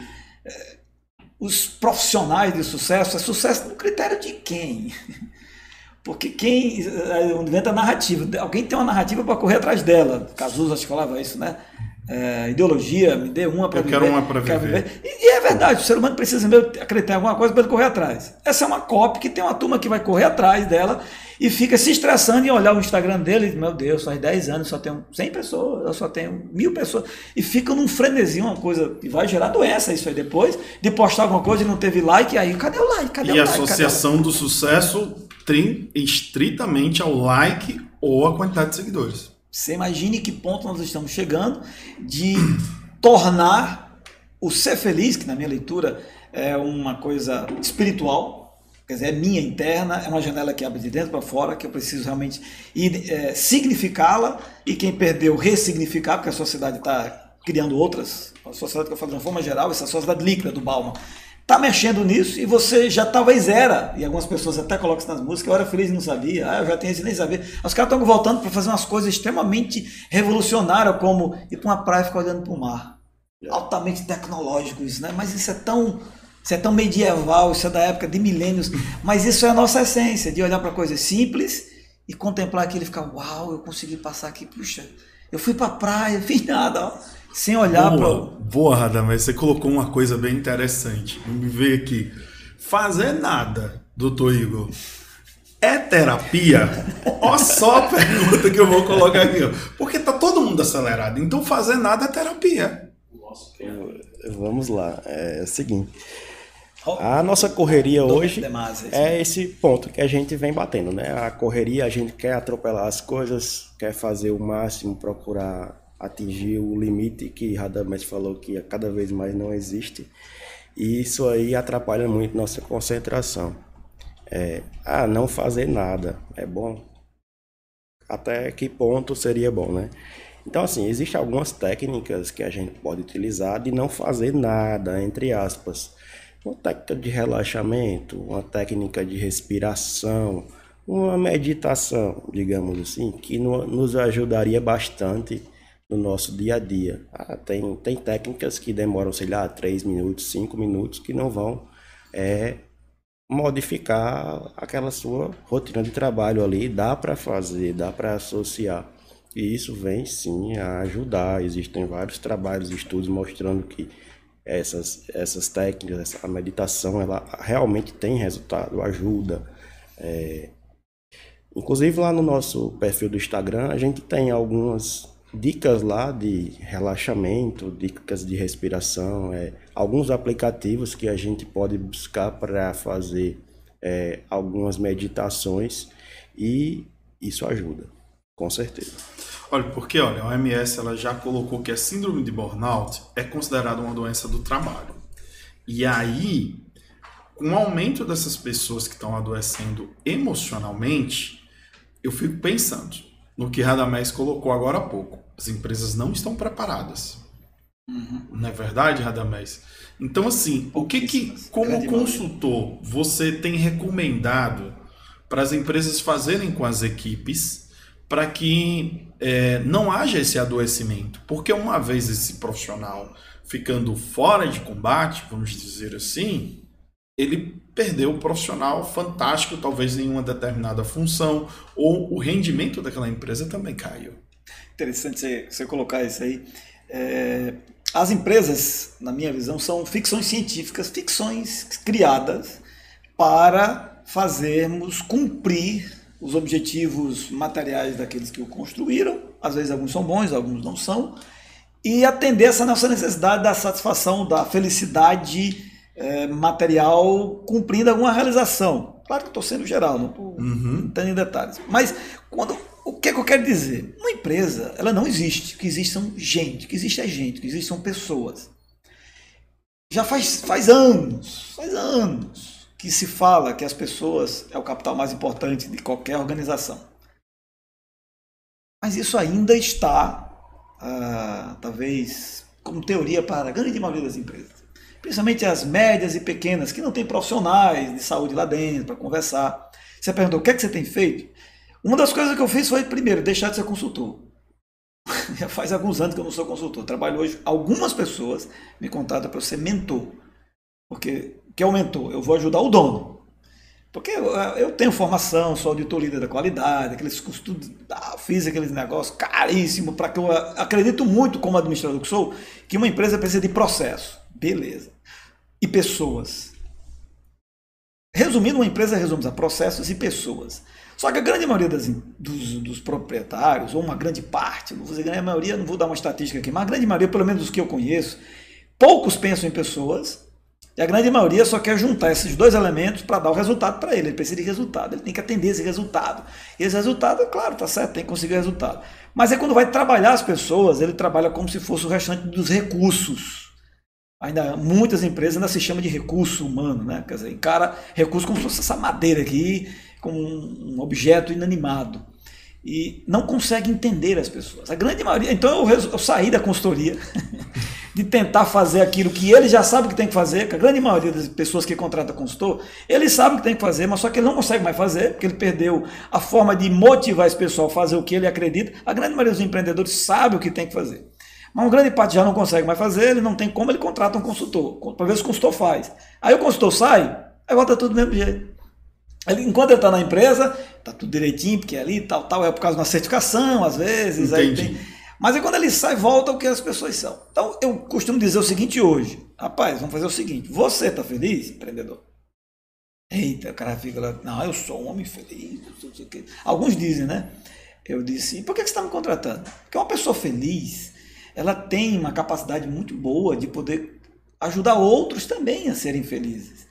Os profissionais de sucesso, é sucesso no critério de quem? Porque quem inventa narrativa, alguém tem uma narrativa para correr atrás dela. Cazuza acho que falava isso, né? Ideologia, me dê uma para viver. Eu quero uma para viver. E é verdade, o ser humano precisa mesmo acreditar em alguma coisa para ele correr atrás. Essa é uma copy que tem uma turma que vai correr atrás dela e fica se estressando em olhar o Instagram dele e diz, meu Deus, faz 10 anos, só tenho 100 pessoas, eu só tenho 1000 pessoas. E fica num frenesi, uma coisa que vai gerar doença isso aí depois, de postar alguma coisa e não teve like, aí cadê o like? Cadê o like? E a associação do sucesso estritamente ao like ou à quantidade de seguidores. Você imagine que ponto nós estamos chegando de tornar o ser feliz, que na minha leitura é uma coisa espiritual, quer dizer, é minha interna, é uma janela que abre de dentro para fora, que eu preciso realmente significá-la, e quem perdeu, ressignificar, porque a sociedade está criando outras, a sociedade que eu falo de uma forma geral, essa sociedade líquida do Bauman, está mexendo nisso e você já talvez era, e algumas pessoas até colocam isso nas músicas, eu era feliz e não sabia, eu já tenho isso e nem sabia. Os caras estão voltando para fazer umas coisas extremamente revolucionárias, como ir para uma praia e ficar olhando para o mar. Altamente tecnológico isso, né? Mas isso é tão medieval, isso é da época de milênios, mas isso é a nossa essência, de olhar para coisas simples e contemplar aquilo e ficar, uau, eu consegui passar aqui, puxa, eu fui para a praia, fiz nada, ó. Sem olhar para... Boa, Radamés, você colocou uma coisa bem interessante. Me veio aqui. Fazer nada, doutor Igor, é terapia? Olha só a pergunta que eu vou colocar aqui. Porque tá todo mundo acelerado. Então fazer nada é terapia. Vamos lá. É o seguinte. A nossa correria hoje é esse ponto que a gente vem batendo, né? A correria, a gente quer atropelar as coisas, quer fazer o máximo, procurar atingir o limite que Radamés falou que cada vez mais não existe, e isso aí atrapalha muito nossa concentração. Não fazer nada é bom? Até que ponto seria bom, né? Então, assim, existem algumas técnicas que a gente pode utilizar de não fazer nada, entre aspas. Uma técnica de relaxamento, uma técnica de respiração, uma meditação, digamos assim, que nos ajudaria bastante no nosso dia a dia. Tem técnicas que demoram, sei lá, 3 minutos, 5 minutos, que não vão modificar aquela sua rotina de trabalho ali. Dá para fazer, dá para associar. E isso vem sim a ajudar. Existem vários trabalhos, estudos mostrando que essas técnicas, a meditação, ela realmente tem resultado, ajuda. Inclusive lá no nosso perfil do Instagram, a gente tem algumas dicas lá de relaxamento, dicas de respiração, alguns aplicativos que a gente pode buscar para fazer algumas meditações, e isso ajuda, com certeza. Olha, porque a OMS ela já colocou que a síndrome de burnout é considerada uma doença do trabalho. E aí, com o aumento dessas pessoas que estão adoecendo emocionalmente, eu fico pensando no que Radamés colocou agora há pouco. As empresas não estão preparadas. Não é verdade, Radamés? Então, assim, o que como consultor, você tem recomendado para as empresas fazerem com as equipes para que não haja esse adoecimento? Porque uma vez esse profissional ficando fora de combate, vamos dizer assim, ele perdeu um profissional fantástico, talvez em uma determinada função, ou o rendimento daquela empresa também caiu. Interessante você colocar isso aí. As empresas, na minha visão, são ficções científicas, ficções criadas para fazermos cumprir os objetivos materiais daqueles que o construíram. Às vezes alguns são bons, alguns não são, e atender essa nossa necessidade da satisfação, da felicidade material, cumprindo alguma realização. Claro que estou sendo geral, não estou entrando em detalhes. Mas o que eu quero dizer? Uma empresa, ela não existe. O que existe são gente, o que existe é gente, o que existe são pessoas. Já faz anos que se fala que as pessoas é o capital mais importante de qualquer organização. Mas isso ainda está, talvez, como teoria para a grande maioria das empresas. Principalmente as médias e pequenas, que não tem profissionais de saúde lá dentro para conversar. Você perguntou, o que é que você tem feito? Uma das coisas que eu fiz foi, primeiro, deixar de ser consultor. Já faz alguns anos que eu não sou consultor. Trabalho hoje, algumas pessoas me contratam para eu ser mentor. Porque, o que é o mentor? Eu vou ajudar o dono. Porque eu tenho formação, sou auditor líder da qualidade, aqueles custos, fiz aqueles negócios caríssimos, para que eu acredito muito, como administrador que sou, que uma empresa precisa de processo. Beleza. E pessoas. Resumindo, uma empresa resume a processos e pessoas. Só que a grande maioria dos proprietários, ou uma grande parte, não vou dizer grande maioria, não vou dar uma estatística aqui, mas a grande maioria, pelo menos dos que eu conheço, poucos pensam em pessoas, e a grande maioria só quer juntar esses dois elementos para dar o resultado para ele. Ele precisa de resultado, ele tem que atender esse resultado. E esse resultado, claro, tá certo, tem que conseguir o resultado. Mas aí quando vai trabalhar as pessoas, ele trabalha como se fosse o restante dos recursos. Ainda muitas empresas ainda se chamam de recurso humano, né? Quer dizer, encara recurso como se fosse essa madeira aqui, como um objeto inanimado. E não consegue entender as pessoas. A grande maioria. Então eu saí da consultoria de tentar fazer aquilo que ele já sabe que tem que fazer, que a grande maioria das pessoas que contrata consultor, ele sabe que tem que fazer, mas só que ele não consegue mais fazer, porque ele perdeu a forma de motivar esse pessoal a fazer o que ele acredita. A grande maioria dos empreendedores sabe o que tem que fazer. Mas uma grande parte já não consegue mais fazer, ele não tem como, ele contrata um consultor, para ver se o consultor faz. Aí o consultor sai, aí volta tudo do mesmo jeito. Enquanto ele está na empresa, está tudo direitinho, porque ali tal, é por causa de uma certificação, às vezes. Aí tem... Mas aí quando ele sai, volta o que as pessoas são. Então eu costumo dizer o seguinte hoje, rapaz, vamos fazer o seguinte, você está feliz, empreendedor? Eita, o cara fica lá, não, eu sou um homem feliz, não sei o quê. Alguns dizem, né? Eu disse, por que você está me contratando? Porque uma pessoa feliz, ela tem uma capacidade muito boa de poder ajudar outros também a serem felizes.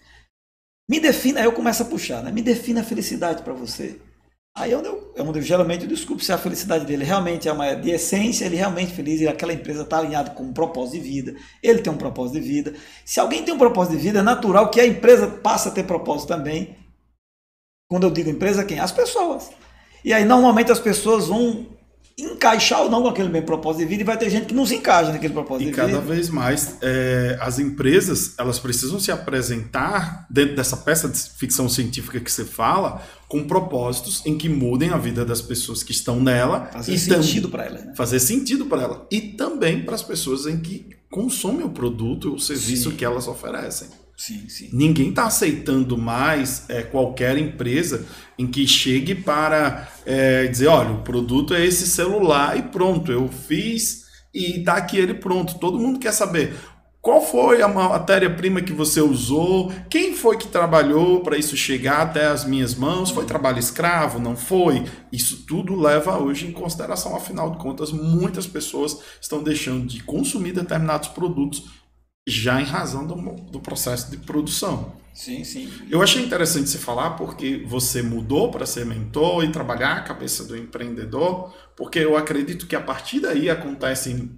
Me defina, aí eu começo a puxar, né? Me defina a felicidade para você. Aí eu geralmente desculpo se a felicidade dele realmente é uma de essência, ele realmente feliz e aquela empresa está alinhada com um propósito de vida, ele tem um propósito de vida. Se alguém tem um propósito de vida, é natural que a empresa passe a ter propósito também. Quando eu digo empresa, quem? As pessoas. E aí normalmente as pessoas vão encaixar ou não com aquele mesmo propósito de vida e vai ter gente que não se encaixa naquele propósito de vida. E cada vez mais as empresas, elas precisam se apresentar dentro dessa peça de ficção científica que você fala, com propósitos em que mudem a vida das pessoas que estão nela. Fazer sentido para ela. Né? Fazer sentido para ela. E também para as pessoas em que consomem o produto ou o serviço que elas oferecem. Sim, sim. Ninguém está aceitando mais qualquer empresa em que chegue para dizer, olha, o produto é esse celular e pronto, eu fiz e está aqui ele pronto. Todo mundo quer saber qual foi a matéria-prima que você usou, quem foi que trabalhou para isso chegar até as minhas mãos, foi trabalho escravo, não foi? Isso tudo leva hoje em consideração, afinal de contas, muitas pessoas estão deixando de consumir determinados produtos já em razão do processo de produção. Sim, sim. Eu achei interessante você falar porque você mudou para ser mentor e trabalhar a cabeça do empreendedor, porque eu acredito que a partir daí acontecem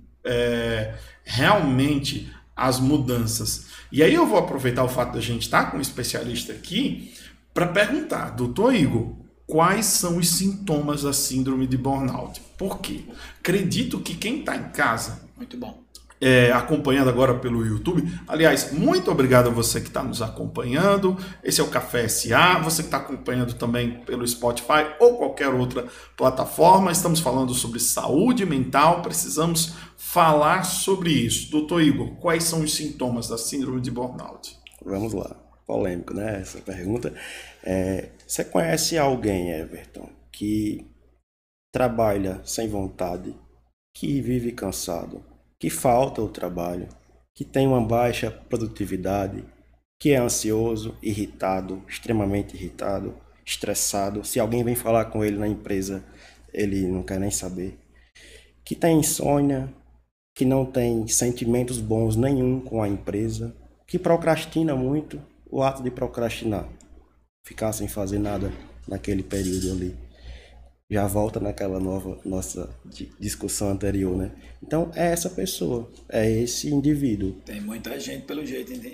realmente as mudanças. E aí eu vou aproveitar o fato da gente estar com um especialista aqui para perguntar, doutor Igor, quais são os sintomas da síndrome de burnout? Por quê? Acredito que quem está em casa... Muito bom. Acompanhando agora pelo YouTube. Aliás, muito obrigado a você que está nos acompanhando. Esse é o Café SA. Você que está acompanhando também pelo Spotify ou qualquer outra plataforma. Estamos falando sobre saúde mental. Precisamos falar sobre isso. Doutor Igor, quais são os sintomas da síndrome de burnout? Vamos lá. Polêmico, né? Essa pergunta. Você conhece alguém, Everton, que trabalha sem vontade, que vive cansado, que falta o trabalho, que tem uma baixa produtividade, que é ansioso, irritado, extremamente irritado, estressado. Se alguém vem falar com ele na empresa, ele não quer nem saber. Que tem insônia, que não tem sentimentos bons nenhum com a empresa, que procrastina muito, o ato de procrastinar, ficar sem fazer nada naquele período ali. Já volta naquela nossa discussão anterior, né? Então, é essa pessoa, é esse indivíduo. Tem muita gente pelo jeito, entende?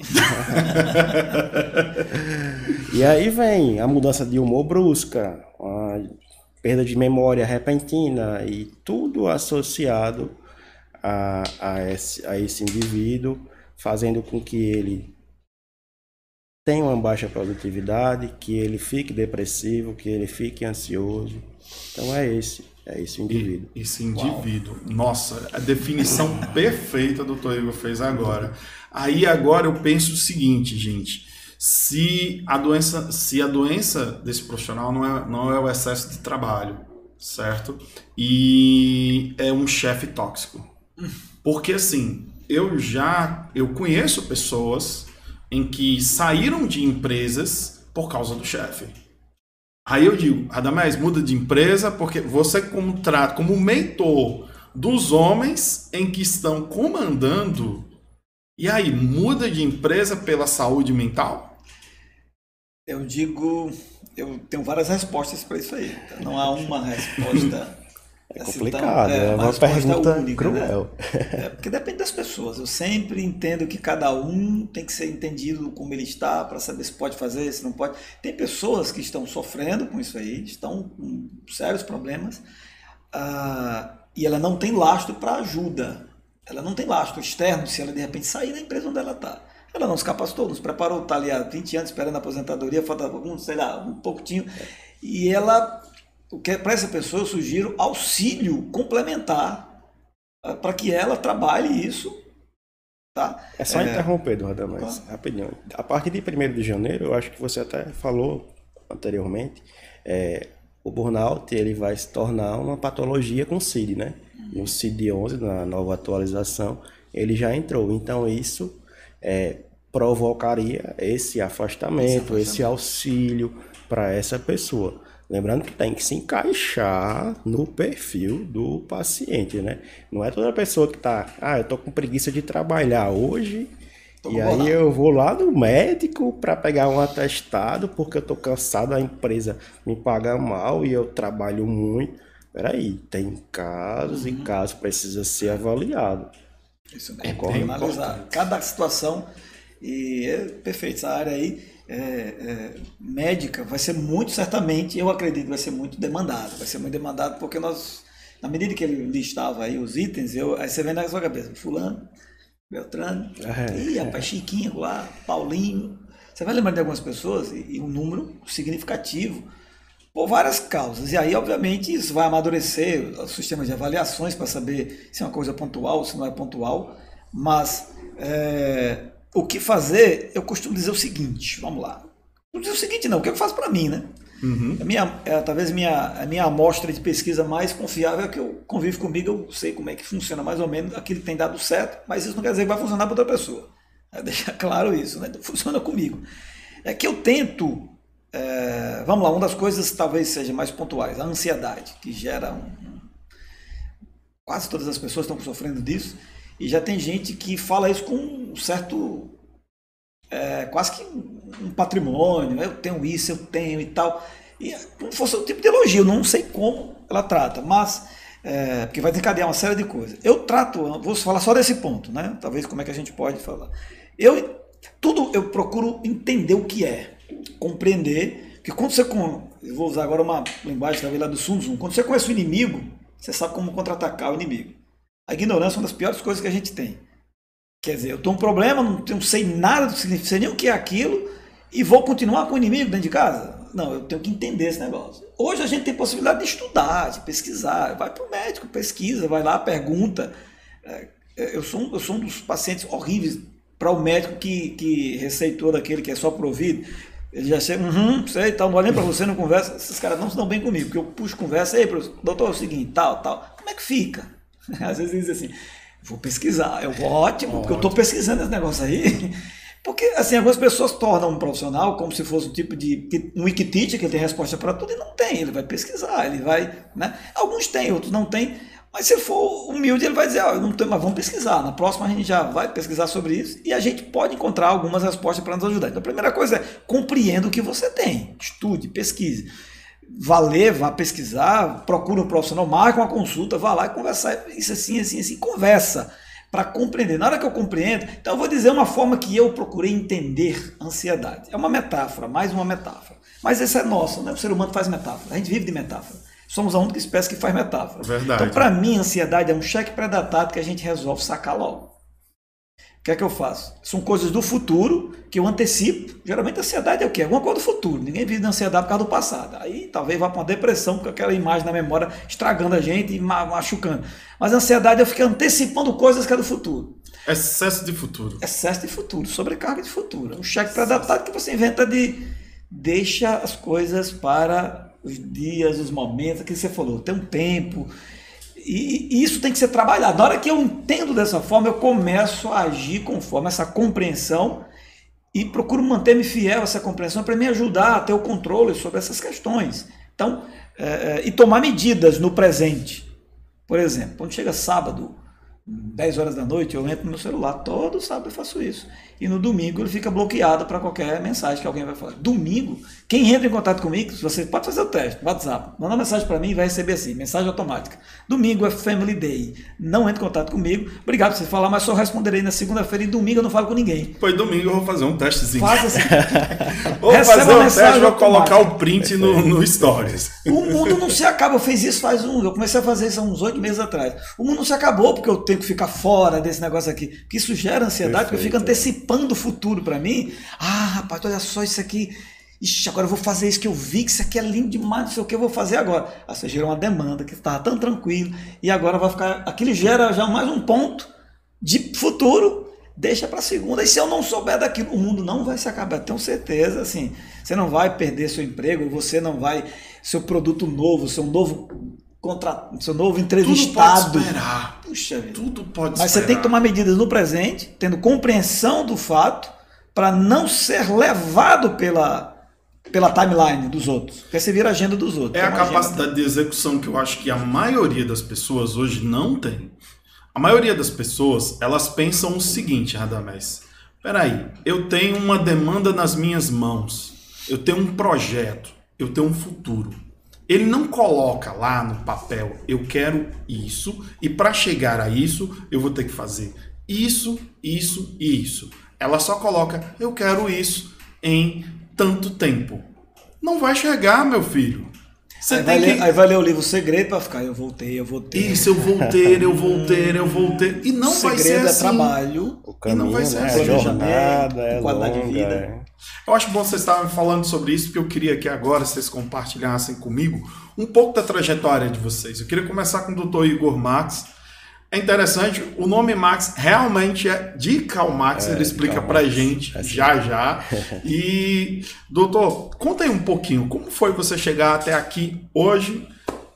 E aí vem a mudança de humor brusca, a perda de memória repentina e tudo associado a esse indivíduo, fazendo com que ele tenha uma baixa produtividade, que ele fique depressivo, que ele fique ansioso. Então é esse indivíduo. Esse indivíduo. Uau. Nossa, a definição perfeita do Dr. Igor fez agora. Aí agora eu penso o seguinte, gente. Se a doença desse profissional não é o excesso de trabalho, certo? E é um chefe tóxico. Porque assim, eu conheço pessoas em que saíram de empresas por causa do chefe. Aí eu digo, Radamés, muda de empresa porque você como mentor dos homens em que estão comandando, e aí muda de empresa pela saúde mental? Eu digo, eu tenho várias respostas para isso aí. Não há uma resposta. É complicado, é uma pergunta única, cruel. Né? Porque depende das pessoas. Eu sempre entendo que cada um tem que ser entendido como ele está para saber se pode fazer, se não pode. Tem pessoas que estão sofrendo com isso aí, estão com sérios problemas, e ela não tem lastro para ajuda. Ela não tem lastro externo se ela de repente sair da empresa onde ela está. Ela não se capacitou, não se preparou, está ali há 20 anos esperando a aposentadoria, falta um pouquinho, e ela... Para essa pessoa eu sugiro auxílio complementar para que ela trabalhe isso. Tá? É só interromper, Radamés, rapidinho. A partir de 1º de janeiro, eu acho que você até falou anteriormente, o burnout ele vai se tornar uma patologia com CID, né? No CID-11, na nova atualização, ele já entrou. Então isso provocaria esse afastamento, esse auxílio para essa pessoa. Lembrando que tem que se encaixar no perfil do paciente, né? Não é toda pessoa que tá, eu tô com preguiça de trabalhar hoje e aí eu vou lá no médico para pegar um atestado porque eu tô cansado, a empresa me paga mal e eu trabalho muito. Peraí, tem casos e casos precisa ser avaliado. Isso mesmo, tem que analisar cada situação e é perfeito essa área aí. Médica vai ser muito, certamente, eu acredito, vai ser muito demandado, porque nós, na medida que ele listava aí os itens, aí você vem na sua cabeça, fulano, Beltrano, rapaz, Chiquinho lá, Paulinho, você vai lembrar de algumas pessoas e um número significativo, por várias causas, e aí obviamente isso vai amadurecer o sistema de avaliações para saber se é uma coisa pontual ou se não é pontual, mas o que fazer, eu costumo dizer o seguinte, vamos lá. Não dizer o seguinte não, o que eu faço para mim, né? Uhum. Talvez a minha amostra de pesquisa mais confiável é que eu convivo comigo, eu sei como é que funciona mais ou menos, aquilo que tem dado certo, mas isso não quer dizer que vai funcionar para outra pessoa. Deixar claro isso, né? Funciona comigo. É que eu tento, vamos lá, uma das coisas talvez seja mais pontuais, a ansiedade, que gera quase todas as pessoas estão sofrendo disso, e já tem gente que fala isso com um certo, quase que um patrimônio, eu tenho isso, eu tenho e tal, e como fosse um tipo de elogio, não sei como ela trata, mas, porque vai desencadear uma série de coisas. Eu vou falar só desse ponto, né? Talvez como é que a gente pode falar. Eu procuro entender o que é, compreender, que quando eu vou usar agora uma linguagem talvez lá do Sun Tzu, quando você conhece o inimigo, você sabe como contra-atacar o inimigo. A ignorância é uma das piores coisas que a gente tem. Quer dizer, eu tenho um problema, não sei nada, não sei nem o que é aquilo, e vou continuar com o inimigo dentro de casa? Não, eu tenho que entender esse negócio. Hoje a gente tem possibilidade de estudar, de pesquisar. Vai para o médico, pesquisa, vai lá, pergunta. Eu sou um dos pacientes horríveis para o médico que receitou daquele que é só Provide. Ele já chega, sei, tal, não olha nem para você, não conversa. Esses caras não se dão bem comigo, porque eu puxo conversa, doutor, é o seguinte, tal. Como é que fica? Às vezes diz assim, vou pesquisar, ótimo, porque eu estou pesquisando esse negócio aí, porque assim, algumas pessoas tornam um profissional como se fosse um tipo de um Wikiteacher que tem resposta para tudo e não tem, ele vai pesquisar, ele vai, né? Alguns têm, outros não têm, mas se for humilde ele vai dizer, eu não tenho, mas vamos pesquisar, na próxima a gente já vai pesquisar sobre isso e a gente pode encontrar algumas respostas para nos ajudar. Então a primeira coisa é, compreenda o que você tem, estude, pesquise. Vá pesquisar, procura um profissional, marca uma consulta, vá lá e conversar, isso assim, conversa, para compreender. Na hora que eu compreendo, então eu vou dizer uma forma que eu procurei entender ansiedade. É uma metáfora, mais uma metáfora. Mas essa é nossa, né? O ser humano faz metáfora, a gente vive de metáfora. Somos a única espécie que faz metáfora. Verdade. Então, para mim, a ansiedade é um cheque pré-datado que a gente resolve sacar logo. O que é que eu faço? São coisas do futuro que eu antecipo. Geralmente a ansiedade é o quê? Alguma coisa do futuro. Ninguém vive na ansiedade por causa do passado. Aí talvez vá para uma depressão com aquela imagem na memória estragando a gente e machucando. Mas a ansiedade eu fico antecipando coisas que é do futuro. Excesso de futuro. Excesso de futuro, sobrecarga de futuro. É um cheque pré-datado que você inventa de deixa as coisas para os dias, os momentos, que você falou, tem um tempo. E isso tem que ser trabalhado. Na hora que eu entendo dessa forma, eu começo a agir conforme essa compreensão e procuro manter-me fiel a essa compreensão para me ajudar a ter o controle sobre essas questões. Então, e tomar medidas no presente. Por exemplo, quando chega sábado, 10 horas da noite, eu entro no meu celular. Todo sábado eu faço isso. E no domingo ele fica bloqueado para qualquer mensagem que alguém vai falar. Domingo, quem entra em contato comigo, você pode fazer o teste, WhatsApp, manda uma mensagem para mim e vai receber assim, mensagem automática. Domingo é Family Day. Não entre em contato comigo. Obrigado por você falar, mas só responderei na segunda-feira e domingo eu não falo com ninguém. Pois domingo eu vou fazer um testezinho. Faz assim. Vou fazer um teste, vou colocar o print no Stories. O mundo não se acaba. Eu fiz isso eu comecei a fazer isso há uns 8 meses atrás. O mundo não se acabou porque eu tenho que ficar fora desse negócio aqui. Porque isso gera ansiedade, porque eu fico antecipando o futuro para mim. Rapaz, olha só isso aqui. Ixi, agora eu vou fazer isso que eu vi, que isso aqui é lindo demais, não sei o que eu vou fazer agora. Aí você gerou uma demanda que estava tão tranquilo e agora vai ficar. Aquilo gera já mais um ponto de futuro, deixa para segunda. E se eu não souber daquilo, o mundo não vai se acabar, tenho certeza. Assim, você não vai perder seu emprego, você não vai. Seu produto novo, seu novo entrevistado. Tudo pode esperar. Puxa vida. Tudo pode Mas esperar. você tem que tomar medidas no presente, tendo compreensão do fato, para não ser levado pela timeline dos outros. Porque você vira a agenda dos outros. É a capacidade de execução que eu acho que a maioria das pessoas hoje não tem. A maioria das pessoas, elas pensam o seguinte, Radamés. Peraí, eu tenho uma demanda nas minhas mãos. Eu tenho um projeto. Eu tenho um futuro. Ele não coloca lá no papel, eu quero isso, e para chegar a isso, eu vou ter que fazer isso, isso e isso. Ela só coloca, eu quero isso em tanto tempo. Não vai chegar, meu filho. Aí vai ler o livro Segredo para ficar, eu vou ter. Isso, eu vou ter. E não vai ser assim. O segredo é trabalho. O caminho, e não vai ser né? assim. A jornada, qualidade longa, de vida. Eu acho bom vocês estarem falando sobre isso, porque eu queria que agora vocês compartilhassem comigo um pouco da trajetória de vocês. Eu queria começar com o Dr. Igor Marx. É interessante, o nome Marx realmente é de Karl Marx, ele explica pra gente já. E, doutor, conta aí um pouquinho, como foi você chegar até aqui hoje,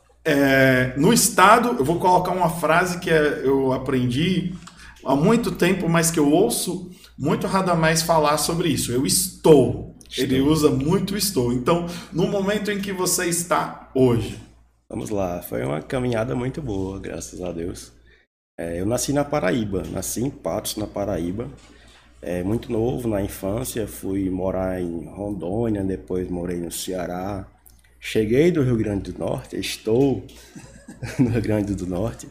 no estado? Eu vou colocar uma frase que eu aprendi há muito tempo, mas que eu ouço muito Radamés falar sobre isso. Eu estou. Ele usa muito estou. Então, no momento em que você está hoje. Vamos lá, foi uma caminhada muito boa, graças a Deus. Eu nasci na Paraíba, nasci em Patos, na Paraíba. Muito novo, na infância, fui morar em Rondônia, depois morei no Ceará. Cheguei do Rio Grande do Norte, estou no Rio Grande do Norte.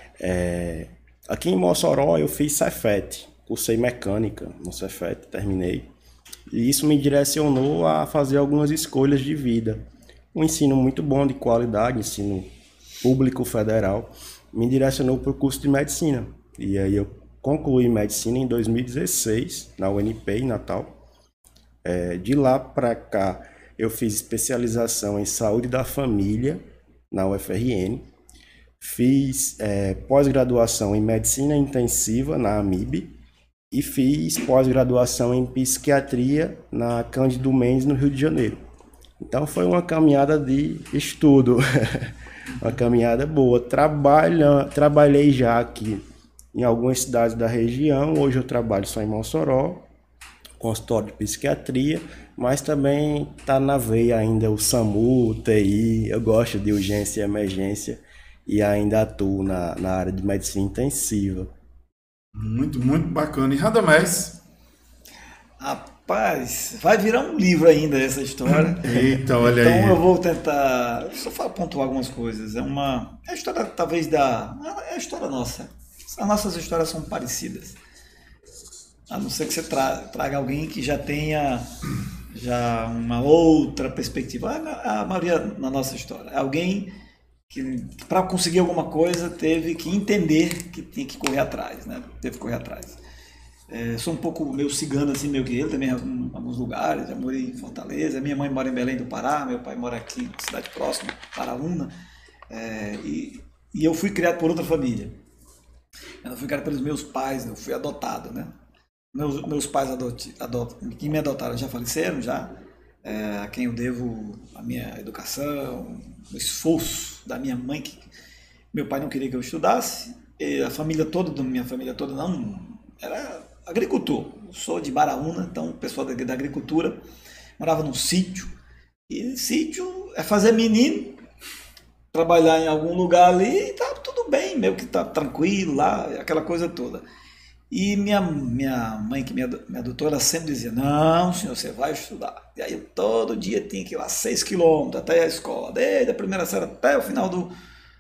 Aqui em Mossoró eu fiz Cefet, cursei mecânica no Cefet, terminei. E isso me direcionou a fazer algumas escolhas de vida. Um ensino muito bom, de qualidade, ensino público federal, me direcionou para o curso de medicina. E aí eu concluí medicina em 2016, na UNP, em Natal. De lá para cá, eu fiz especialização em saúde da família, na UFRN. Fiz pós-graduação em medicina intensiva, na AMIB. E fiz pós-graduação em psiquiatria, na Cândido Mendes, no Rio de Janeiro. Então foi uma caminhada de estudo, uma caminhada boa. Trabalhei já aqui em algumas cidades da região, hoje eu trabalho só em Mossoró, consultório de psiquiatria, mas também está na veia ainda o SAMU, o TI, eu gosto de urgência e emergência e ainda atuo na área de medicina intensiva. Muito, muito bacana. E Radamés? Rapaz, vai virar um livro ainda essa história. Eita, olha aí. Então eu vou tentar só pontuar algumas coisas. É a história talvez é a história nossa. As nossas histórias são parecidas. A não ser que você traga alguém que já tenha uma outra perspectiva. A maioria na nossa história. Alguém que para conseguir alguma coisa teve que entender que tinha que correr atrás, né? Teve que correr atrás. Sou um pouco meio cigano, assim, meio que ele, também em alguns lugares. Já morei em Fortaleza, minha mãe mora em Belém do Pará, meu pai mora aqui, cidade próxima, Paraúna. E eu fui criado por outra família. Eu não fui criado pelos meus pais, eu fui adotado, né? Meus pais que me adotaram já faleceram, já. A quem eu devo a minha educação, o esforço da minha mãe, que meu pai não queria que eu estudasse, e a família toda, minha família toda não, era agricultor. Eu sou de Baraúna, então o pessoal da agricultura morava num sítio, e sítio é fazer menino, trabalhar em algum lugar ali e tá tudo bem, meio que tá tranquilo lá, aquela coisa toda. E minha mãe, que me adotou, ela sempre dizia, não, senhor, você vai estudar. E aí eu todo dia tinha que ir lá 6 quilômetros até a escola, desde a primeira série até o final do...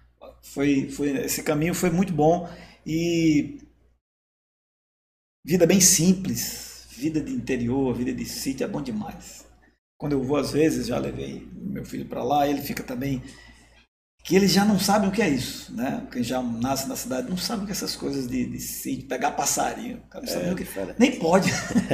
Esse caminho foi muito bom. E vida bem simples, vida de interior, vida de sítio é bom demais. Quando eu vou, às vezes, já levei meu filho para lá, ele fica também... que eles já não sabem o que é isso, né? Quem já nasce na cidade não sabe o que é essas coisas de sítio, pegar passarinho. Não sabe o que... Nem pode.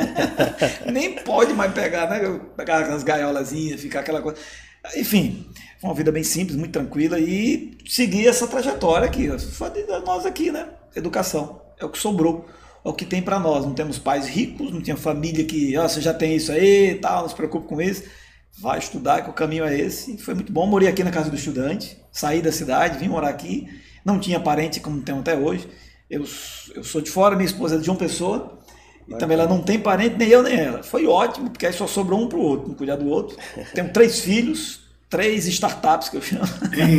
Nem pode mais pegar, né? Pegar aquelas gaiolazinhas, ficar aquela coisa. Enfim, foi uma vida bem simples, muito tranquila e seguir essa trajetória aqui. Nós aqui, né? Educação. É o que sobrou. É o que tem para nós. Não temos pais ricos, não tinha família que, você já tem isso aí e tal, não se preocupe com isso. Vai estudar, que o caminho é esse. Foi muito bom. Morei aqui na casa do estudante, saí da cidade, vim morar aqui. Não tinha parente como tenho até hoje. Eu sou de fora, minha esposa é de João Pessoa. E também ela não tem parente, nem eu nem ela. Foi ótimo, porque aí só sobrou um para o outro, não cuidar do outro. Tenho 3 filhos, 3 startups que eu chamo.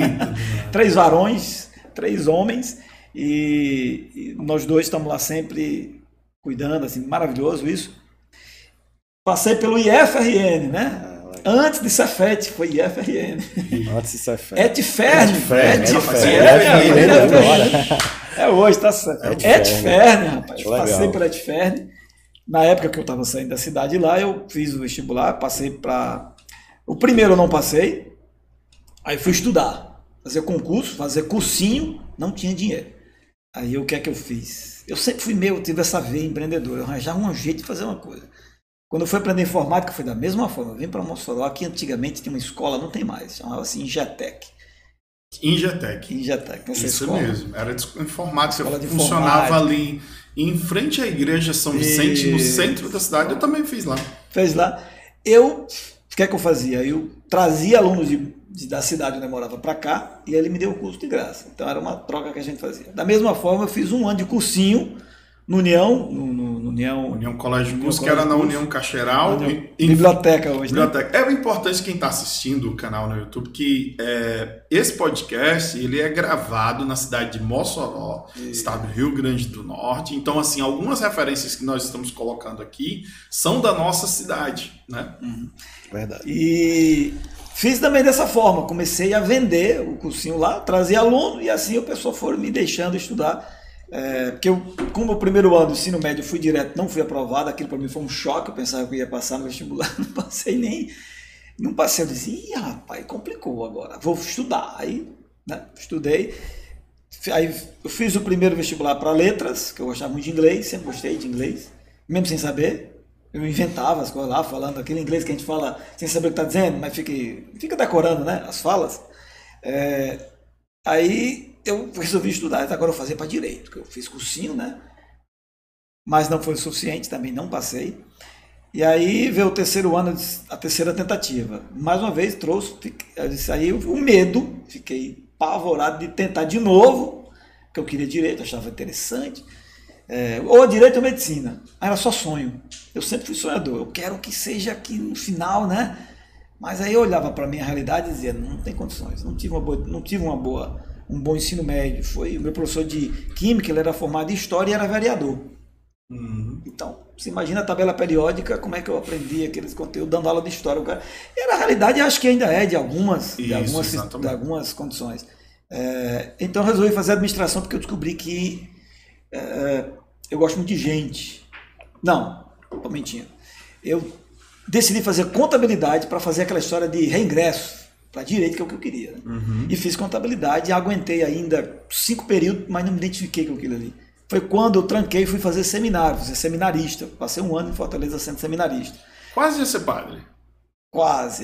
3 varões, 3 homens. E nós 2 estamos lá sempre cuidando, assim, maravilhoso isso. Passei pelo IFRN, né? Antes de Cefet, foi IFRN. Antes de Cefet. Etfern. É hoje, tá certo. Etfern, rapaz. Passei pela Etfern. Na época que eu estava saindo da cidade lá, eu fiz o vestibular, passei para... O primeiro eu não passei, aí fui estudar. Fazer concurso, fazer cursinho, não tinha dinheiro. Aí o que é que eu fiz? Eu sempre fui tive essa veia empreendedora, eu arranjava um jeito de fazer uma coisa. Quando eu fui aprender informática, foi da mesma forma. Eu vim para Mossoró, aqui antigamente tinha uma escola, não tem mais, chamava-se Ingetec. Ingetec, isso escola, mesmo, era de informática, funcionava ali em frente à igreja São Vicente, no centro da cidade. Eu também fiz lá. Fez lá. O que é que eu fazia? Eu trazia alunos da cidade onde eu morava para cá e ele me deu o curso de graça. Então era uma troca que a gente fazia. Da mesma forma, eu fiz um ano de cursinho no União Colégio de Curso, que era na União Cacheral. Biblioteca hoje, biblioteca. É importante quem está assistindo o canal no YouTube que esse podcast ele é gravado na cidade de Mossoró, estado do Rio Grande do Norte. Então, assim, algumas referências que nós estamos colocando aqui são da nossa cidade, né? Verdade. E fiz também dessa forma. Comecei a vender o cursinho lá, trazia aluno e assim o pessoal foi me deixando estudar. Porque como o primeiro ano do ensino médio eu fui direto, não fui aprovado, aquilo para mim foi um choque, eu pensava que eu ia passar no vestibular, não passei, eu disse, rapaz, complicou agora, vou estudar, aí estudei, aí eu fiz o primeiro vestibular para letras, que eu gostava muito de inglês, sempre gostei de inglês, mesmo sem saber, eu inventava as coisas lá, falando aquele inglês que a gente fala sem saber o que está dizendo, mas fica decorando, né, as falas, aí eu resolvi estudar, agora eu vou fazer para direito, porque eu fiz cursinho, né? Mas não foi o suficiente, também não passei. E aí veio o terceiro ano, a terceira tentativa. Mais uma vez aí o medo, fiquei apavorado de tentar de novo, porque eu queria direito, achava interessante. Ou direito ou medicina. Era só sonho. Eu sempre fui sonhador. Eu quero que seja aqui no final, né? Mas aí eu olhava para a minha realidade e dizia, não tem condições, não tive um bom ensino médio. Foi o meu professor de química, ele era formado em história e era vereador. Então, você imagina a tabela periódica, como é que eu aprendi aqueles conteúdos dando aula de história. Era a realidade, acho que ainda é de algumas condições. Então eu resolvi fazer administração porque eu descobri que eu gosto muito de gente. Não, estou mentindo. Eu decidi fazer contabilidade para fazer aquela história de reingresso, para direito, que é o que eu queria. Né? E fiz contabilidade e aguentei ainda 5 períodos, mas não me identifiquei com aquilo ali. Foi quando eu tranquei e fui fazer seminário, ser seminarista. Passei 1 ano em Fortaleza sendo seminarista. Quase ia ser padre. Quase,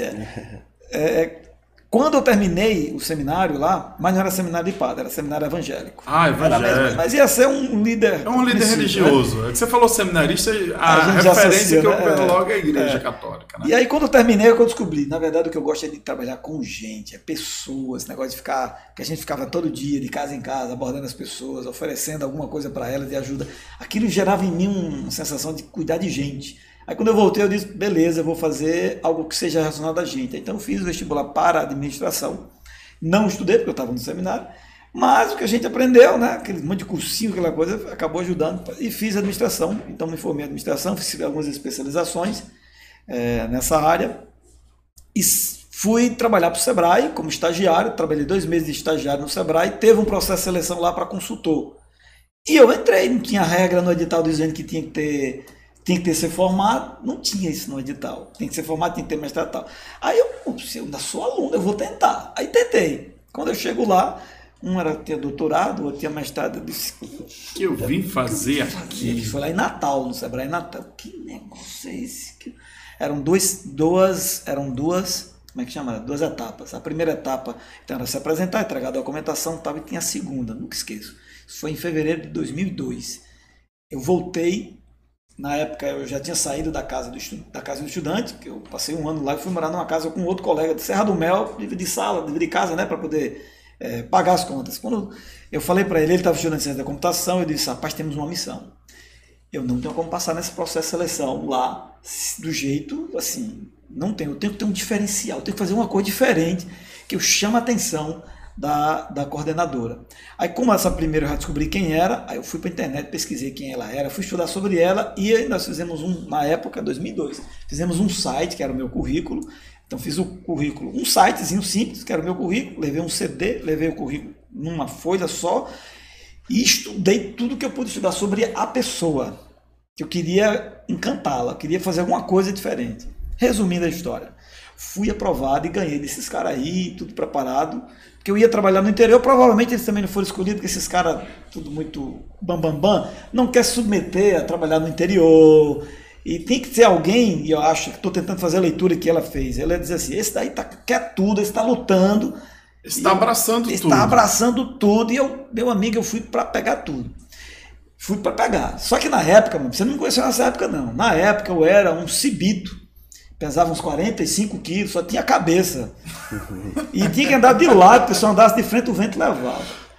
Quando eu terminei o seminário lá, mas não era seminário de padre, era seminário evangélico. Ah, evangélico. Mas ia ser um líder. É um líder religioso. Né? Você falou seminarista, a referência que eu pego logo é a igreja católica. Né? E aí, quando eu terminei, é que eu descobri. Na verdade, o que eu gosto é de trabalhar com gente, pessoas, esse negócio de ficar. Que a gente ficava todo dia, de casa em casa, abordando as pessoas, oferecendo alguma coisa para elas de ajuda. Aquilo gerava em mim uma sensação de cuidar de gente. Aí quando eu voltei, eu disse, beleza, eu vou fazer algo que seja relacionado a gente. Então eu fiz o vestibular para administração, não estudei porque eu estava no seminário, mas o que a gente aprendeu, né, aquele monte de cursinho, aquela coisa, acabou ajudando e fiz administração. Então me formei em administração, fiz algumas especializações nessa área e fui trabalhar para o Sebrae como estagiário, trabalhei 2 meses de estagiário no Sebrae, teve um processo de seleção lá para consultor. E eu entrei, não tinha regra no edital dizendo que tinha que ser formado, não tinha isso no edital. Tem que ser formado, tem que ter mestrado e tal. Aí eu ainda sou aluno, eu vou tentar. Aí tentei. Quando eu chego lá, um tinha doutorado, o outro tinha mestrado. Eu disse, que eu vim fazer aqui? Foi lá em Natal, no Sebrae Natal. Que negócio é esse? Eram duas, como é que chama? 2 etapas. A primeira etapa então, era se apresentar, entregar a documentação e tinha a segunda, nunca esqueço. Isso foi em fevereiro de 2002. Eu voltei. Na época eu já tinha saído da casa do estudante, que eu passei 1 ano lá e fui morar numa casa com outro colega de Serra do Mel, dividir sala, dividir casa, né, para poder pagar as contas. Quando eu falei para ele estava estudando ciência da computação, eu disse, rapaz, temos uma missão. Eu não tenho como passar nesse processo de seleção lá do jeito, assim, não tenho. Eu tenho que ter um diferencial, eu tenho que fazer uma coisa diferente, que eu chame a atenção da coordenadora. Aí como essa primeira eu já descobri quem era, aí eu fui para a internet, pesquisei quem ela era, fui estudar sobre ela e aí nós fizemos na época, 2002, fizemos um site que era o meu currículo. Então fiz o currículo, um sitezinho simples que era o meu currículo, levei um CD, levei o currículo numa folha só e estudei tudo que eu pude estudar sobre a pessoa, que eu queria encantá-la, eu queria fazer alguma coisa diferente. Resumindo a história, fui aprovado e ganhei desses caras aí, tudo preparado, porque eu ia trabalhar no interior, provavelmente eles também não foram escolhidos, porque esses caras, tudo muito bam, não quer se submeter a trabalhar no interior, e tem que ter alguém, e eu acho que estou tentando fazer a leitura que ela fez, ela diz assim, esse daí quer tudo, esse está lutando, está abraçando tudo. Está abraçando tudo, e eu, meu amigo, eu fui para pegar tudo. Fui para pegar. Só que na época, você não me conheceu nessa época não, na época eu era um cibito, pesava uns 45 quilos, só tinha cabeça. E tinha que andar de lado, porque se eu andasse de frente o vento levava.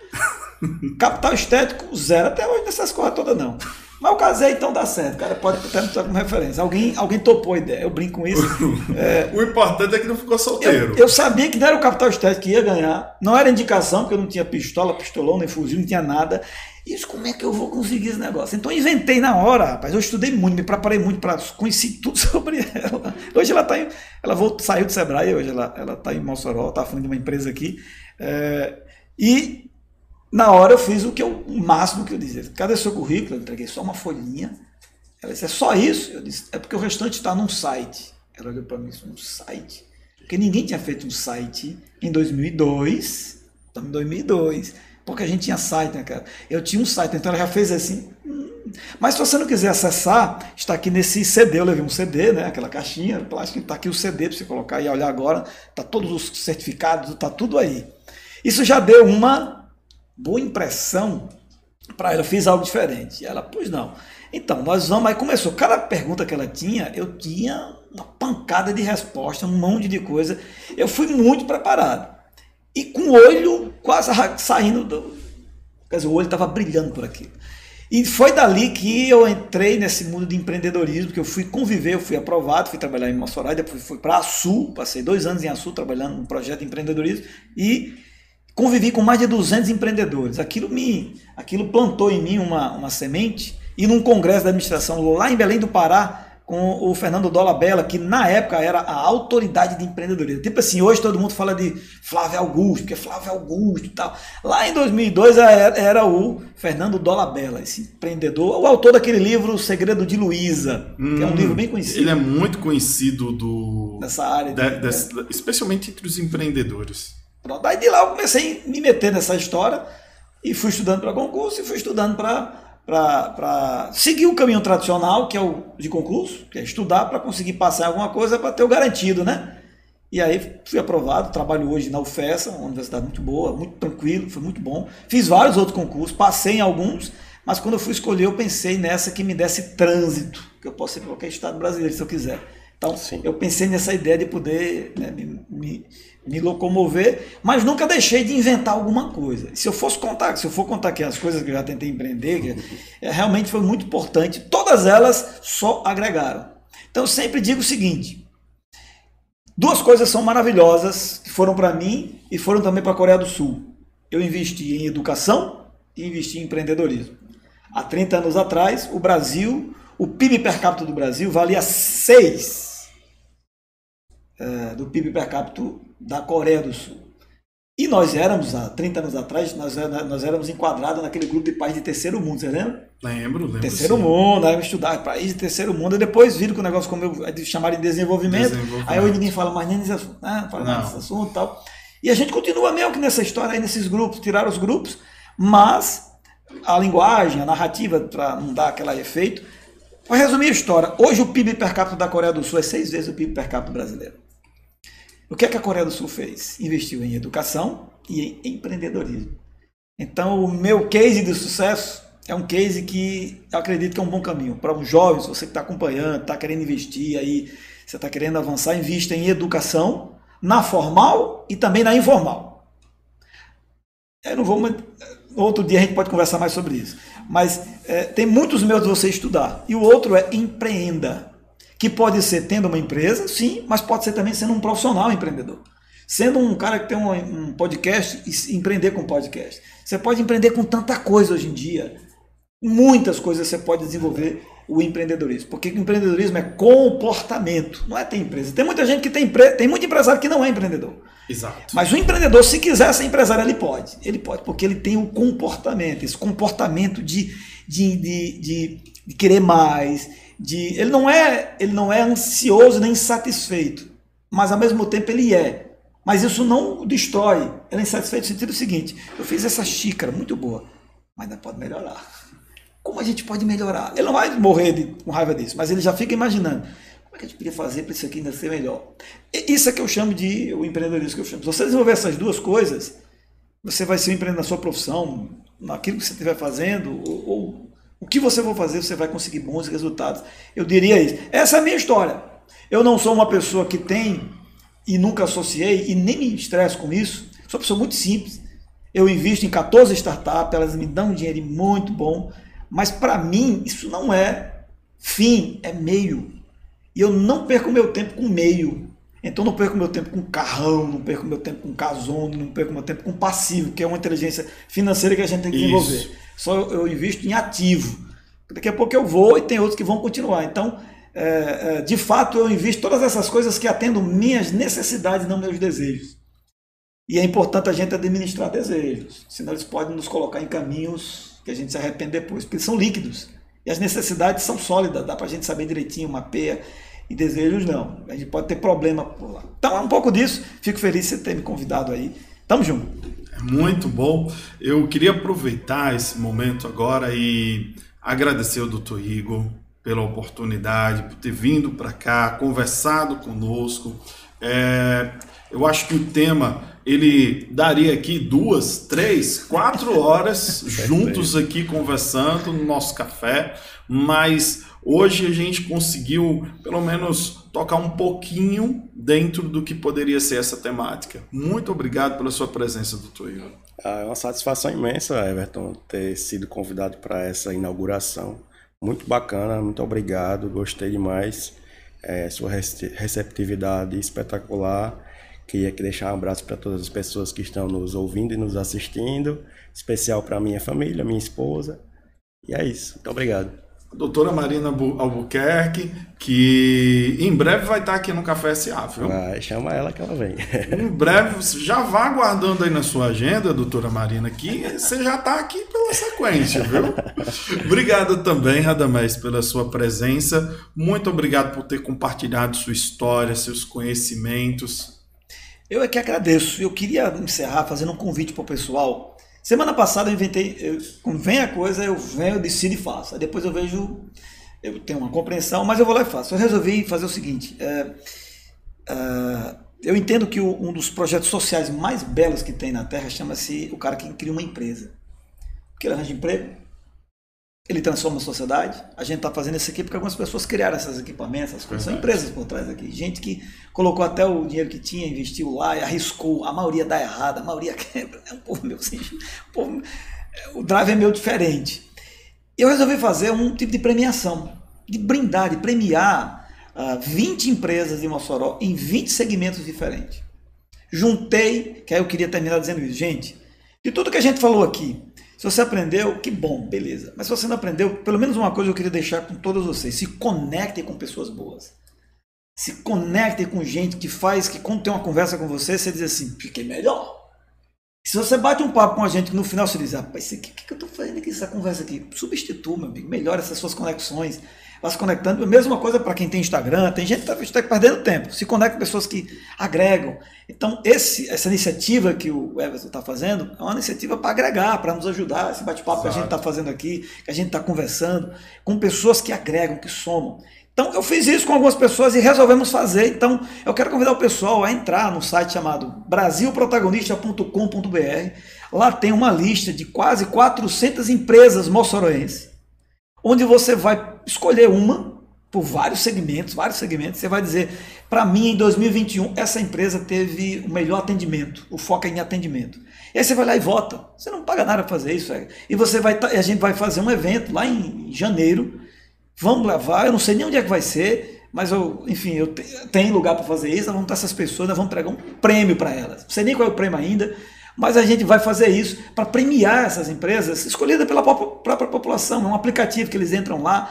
Capital estético, 0 até hoje nessas coisas todas não. Mas eu casei, então dá certo. O cara pode até me usar como referência. Alguém topou a ideia, eu brinco com isso. O importante é que não ficou solteiro. Eu sabia que não era o capital estético que ia ganhar, não era indicação, porque eu não tinha pistolão, nem fuzil, não tinha nada. Isso, como é que eu vou conseguir esse negócio? Então eu inventei na hora, rapaz. Eu estudei muito, me preparei muito para conhecer tudo sobre ela. Hoje ela está saiu do Sebrae, hoje ela está em Mossoró, está falando de uma empresa aqui. E na hora eu fiz o máximo que eu dizia. Cadê seu currículo? Eu entreguei só uma folhinha. Ela disse, é só isso? Eu disse, é porque o restante está num site. Ela olhou para mim, um site? Porque ninguém tinha feito um site em 2002. Estamos em 2002. Porque a gente tinha site, né, cara? Eu tinha um site, então ela já fez assim. Mas se você não quiser acessar, está aqui nesse CD. Eu levei um CD, né? Aquela caixinha plástica, está aqui o CD para você colocar e olhar agora. Está todos os certificados, está tudo aí. Isso já deu uma boa impressão para ela. Eu fiz algo diferente. E ela, pois não. Então, nós vamos. Aí começou. Cada pergunta que ela tinha, eu tinha uma pancada de resposta, um monte de coisa. Eu fui muito preparado. E com o olho quase saindo Quer dizer, o olho estava brilhando por aquilo. E foi dali que eu entrei nesse mundo de empreendedorismo, que eu fui conviver, eu fui aprovado, fui trabalhar em Mossoró, depois fui para Açu, passei 2 anos em Açu trabalhando num projeto de empreendedorismo e convivi com mais de 200 empreendedores. Aquilo plantou em mim uma semente, e num congresso da administração lá em Belém do Pará, com o Fernando Dolabella, que na época era a autoridade de empreendedorismo. Tipo assim, hoje todo mundo fala de Flávio Augusto, porque Flávio Augusto e tal. Lá em 2002 era o Fernando Dolabella, esse empreendedor, o autor daquele livro O Segredo de Luísa, que é um livro bem conhecido. Ele é muito conhecido nessa área. Especialmente entre os empreendedores. Pronto, aí de lá eu comecei a me meter nessa história e fui estudando para concurso e fui estudando para seguir o caminho tradicional, que é o de concurso, que é estudar para conseguir passar em alguma coisa para ter o garantido, né? E aí fui aprovado, trabalho hoje na UFESA, uma universidade muito boa, muito tranquilo, foi muito bom. Fiz vários outros concursos, passei em alguns, mas quando eu fui escolher eu pensei nessa que me desse trânsito, que eu posso ir para qualquer estado brasileiro se eu quiser. Então, sim, eu pensei nessa ideia de poder, né, me locomover, mas nunca deixei de inventar alguma coisa. Se eu for contar aqui as coisas que eu já tentei empreender, realmente foi muito importante, todas elas só agregaram. Então, eu sempre digo o seguinte, duas coisas são maravilhosas, que foram para mim e foram também para a Coreia do Sul. Eu investi em educação e investi em empreendedorismo. Há 30 anos atrás, o PIB per capita do Brasil valia 6 do PIB per capita da Coreia do Sul. E nós éramos, há 30 anos atrás, nós éramos enquadrados naquele grupo de países de terceiro mundo, você lembra? Lembro. Terceiro mundo, aí eu estudava país de terceiro mundo, e depois viram que o negócio, como eu chamaram de desenvolvimento, aí hoje ninguém fala mais nem nesse assunto, nesse assunto e tal. E a gente continua mesmo que nessa história aí, nesses grupos, tiraram os grupos, mas a linguagem, a narrativa, para não dar aquele efeito. Para resumir a história, hoje o PIB per capita da Coreia do Sul é 6 vezes o PIB per capita brasileiro. O que é que a Coreia do Sul fez? Investiu em educação e em empreendedorismo. Então, o meu case de sucesso é um case que eu acredito que é um bom caminho. Para um jovem, se você está acompanhando, está querendo investir, aí, você está querendo avançar, invista em educação, na formal e também na informal. Eu não vou... Outro dia a gente pode conversar mais sobre isso. Mas tem muitos meios de você estudar. E o outro é empreenda. Que pode ser tendo uma empresa, sim, mas pode ser também sendo um profissional empreendedor. Sendo um cara que tem um podcast e empreender com podcast. Você pode empreender com tanta coisa hoje em dia. Muitas coisas você pode desenvolver o empreendedorismo. Porque o empreendedorismo é comportamento, não é ter empresa. Tem muita gente que tem muito empresário que não é empreendedor. Exato. Mas o empreendedor, se quiser ser empresário, ele pode. Ele pode, porque ele tem o comportamento, esse comportamento de querer mais. Ele não é ansioso nem insatisfeito, mas ao mesmo tempo ele é. Mas isso não o destrói. Ele é insatisfeito no sentido seguinte: eu fiz essa xícara muito boa, mas ainda pode melhorar. Como a gente pode melhorar? Ele não vai morrer com raiva disso, mas ele já fica imaginando: como é que a gente podia fazer para isso aqui ainda ser melhor? Isso é que eu chamo de o empreendedorismo que eu chamo. Se você desenvolver essas duas coisas, você vai ser um empreendedor na sua profissão, naquilo que você estiver fazendo, ou o que você for fazer, você vai conseguir bons resultados. Eu diria isso. Essa é a minha história. Eu não sou uma pessoa que tem e nunca associei e nem me estresso com isso. Sou uma pessoa muito simples. Eu invisto em 14 startups, elas me dão um dinheiro muito bom, mas para mim isso não é fim, é meio. E eu não perco meu tempo com meio. Então não perco meu tempo com carrão, não perco meu tempo com casone, não perco meu tempo com passivo, que é uma inteligência financeira que a gente tem que desenvolver. Isso. Só eu invisto em ativo. Daqui a pouco eu vou e tem outros que vão continuar. Então, de fato, eu invisto todas essas coisas que atendam minhas necessidades, não meus desejos. E é importante a gente administrar desejos, senão eles podem nos colocar em caminhos que a gente se arrepende depois, porque eles são líquidos. E as necessidades são sólidas, dá para a gente saber direitinho, mapeia, e desejos não. A gente pode ter problema por lá. Então é um pouco disso. Fico feliz de você ter me convidado aí. Tamo junto. Muito bom. Eu queria aproveitar esse momento agora e agradecer ao Dr. Igor pela oportunidade, por ter vindo para cá, conversado conosco. Eu acho que o tema, ele daria aqui 2, 3, 4 horas juntos aqui conversando no nosso café, mas hoje a gente conseguiu pelo menos tocar um pouquinho dentro do que poderia ser essa temática. Muito obrigado pela sua presença, Dr. Igor. É uma satisfação imensa, Everton, ter sido convidado para essa inauguração. Muito bacana, muito obrigado, gostei demais. Sua receptividade espetacular. Queria aqui deixar um abraço para todas as pessoas que estão nos ouvindo e nos assistindo, especial para minha família, minha esposa. E é isso, muito obrigado. a doutora Marina Albuquerque, que em breve vai estar aqui no Café SA, viu? Vai, chama ela que ela vem. Em breve, você já vá aguardando aí na sua agenda, doutora Marina, que você já está aqui pela sequência, viu? Obrigado também, Radamés, pela sua presença. Muito obrigado por ter compartilhado sua história, seus conhecimentos. Eu é que agradeço. Eu queria encerrar fazendo um convite para o pessoal. Semana passada eu inventei, quando vem a coisa, eu venho, eu decido e faço. Aí depois eu vejo, eu tenho uma compreensão, mas eu vou lá e faço. Eu resolvi fazer o seguinte, eu entendo que um dos projetos sociais mais belos que tem na Terra chama-se o cara que cria uma empresa. Porque ele arranja emprego, ele transforma a sociedade. A gente está fazendo isso aqui porque algumas pessoas criaram esses equipamentos, essas coisas. São empresas por trás aqui. Gente que colocou até o dinheiro que tinha, investiu lá e arriscou. A maioria dá errado, a maioria quebra. É um povo meu assim, o drive é meio diferente. Eu resolvi fazer um tipo de premiação, de brindar, de premiar 20 empresas de Mossoró em 20 segmentos diferentes. Juntei, que aí eu queria terminar dizendo isso. Gente, de tudo que a gente falou aqui, se você aprendeu, que bom, beleza. Mas se você não aprendeu, pelo menos uma coisa eu queria deixar com todos vocês. Se conectem com pessoas boas. Se conectem com gente que faz, que quando tem uma conversa com você, você diz assim, fiquei melhor. Se você bate um papo com a gente que no final você diz, rapaz, o que eu estou fazendo aqui, essa conversa aqui? Substitua, meu amigo, melhora essas suas conexões. Vai se conectando, a mesma coisa para quem tem Instagram, tem gente que está perdendo tempo, se conecta com pessoas que agregam. Então, essa iniciativa que o Everton está fazendo é uma iniciativa para agregar, para nos ajudar, esse bate-papo que a gente está fazendo aqui, que a gente está conversando, com pessoas que agregam, que somam. Então, eu fiz isso com algumas pessoas e resolvemos fazer. Então, eu quero convidar o pessoal a entrar no site chamado brasilprotagonista.com.br. Lá tem uma lista de quase 400 empresas moçoroenses, onde você vai escolher uma, por vários segmentos, você vai dizer, para mim, em 2021, essa empresa teve o melhor atendimento, o foco é em atendimento. E aí você vai lá e vota, você não paga nada para fazer isso, e a gente vai fazer um evento lá em janeiro, vamos levar, eu não sei nem onde é que vai ser, mas eu tenho lugar para fazer isso, nós vamos ter essas pessoas, nós vamos entregar um prêmio para elas, não sei nem qual é o prêmio ainda, mas a gente vai fazer isso para premiar essas empresas escolhidas pela própria população. É um aplicativo que eles entram lá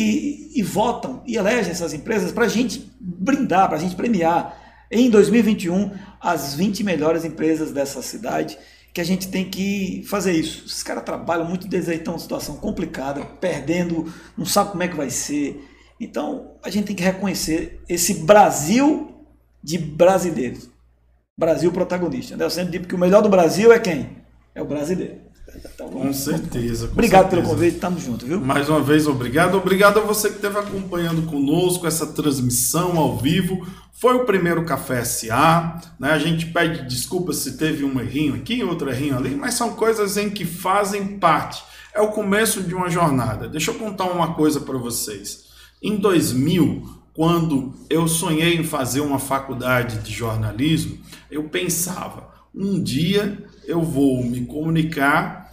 e votam e elegem essas empresas para a gente brindar, para a gente premiar em 2021 as 20 melhores empresas dessa cidade, que a gente tem que fazer isso. Esses caras trabalham muito, deles aí estão numa situação complicada, perdendo, não sabe como é que vai ser. Então a gente tem que reconhecer esse Brasil de brasileiros. Brasil protagonista. Eu sempre digo que o melhor do Brasil é quem? É o brasileiro. Então, com certeza. Obrigado pelo convite, estamos juntos, viu? Mais uma vez, obrigado. Obrigado a você que esteve acompanhando conosco essa transmissão ao vivo. Foi o primeiro Café SA, né? A gente pede desculpas se teve um errinho aqui, outro errinho ali, mas são coisas em que fazem parte. É o começo de uma jornada. Deixa eu contar uma coisa para vocês. Em 2000, quando eu sonhei em fazer uma faculdade de jornalismo, eu pensava, um dia eu vou me comunicar,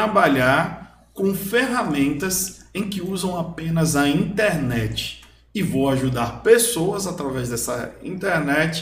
trabalhar com ferramentas em que usam apenas a internet e vou ajudar pessoas através dessa internet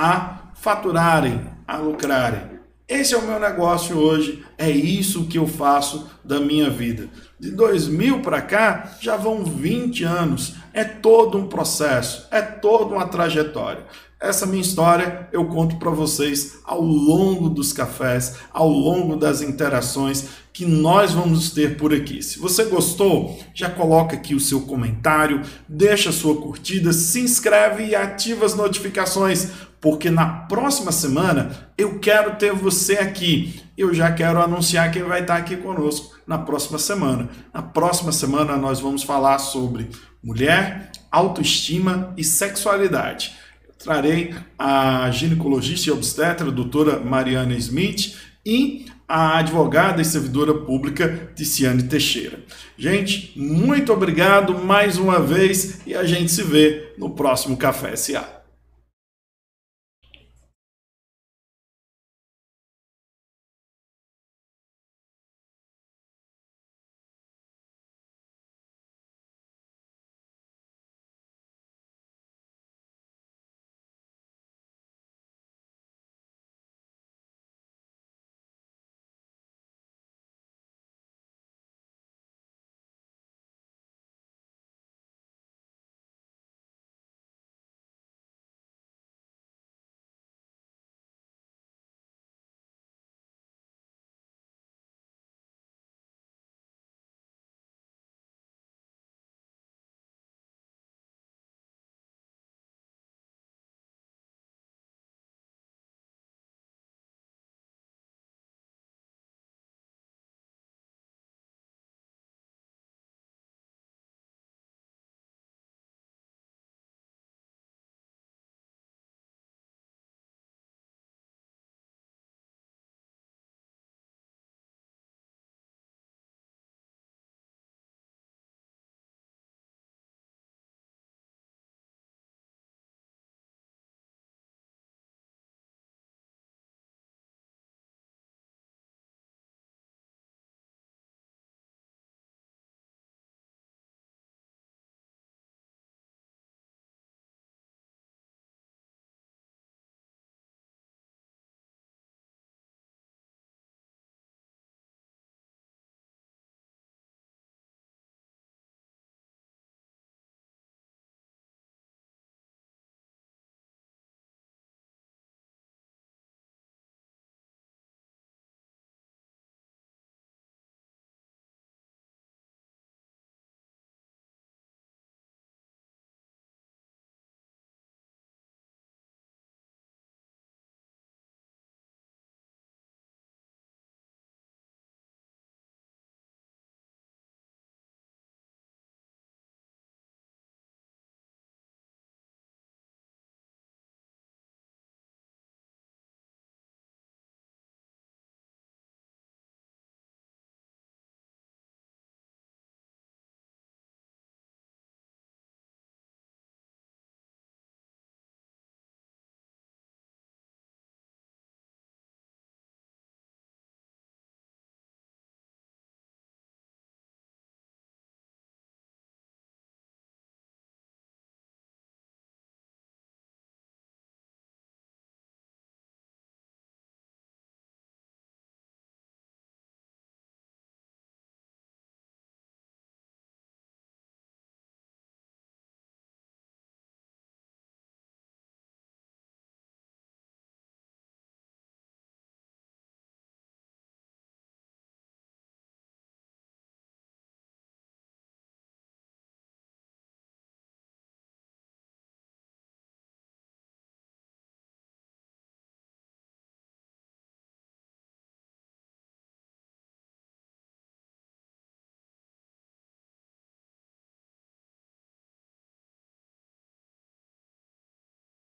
a faturarem, a lucrarem. Esse é o meu negócio hoje, é isso que eu faço da minha vida. De 2000 para cá, já vão 20 anos. É todo um processo, é toda uma trajetória. Essa minha história eu conto para vocês ao longo dos cafés, ao longo das interações que nós vamos ter por aqui. Se você gostou, já coloca aqui o seu comentário, deixa a sua curtida, se inscreve e ativa as notificações, porque na próxima semana eu quero ter você aqui. Eu já quero anunciar quem vai estar aqui conosco na próxima semana. Na próxima semana nós vamos falar sobre mulher, autoestima e sexualidade. Eu trarei a ginecologista e obstetra, a doutora Mariana Smith, e a advogada e servidora pública Ticiane Teixeira. Gente, muito obrigado mais uma vez e a gente se vê no próximo Café SA.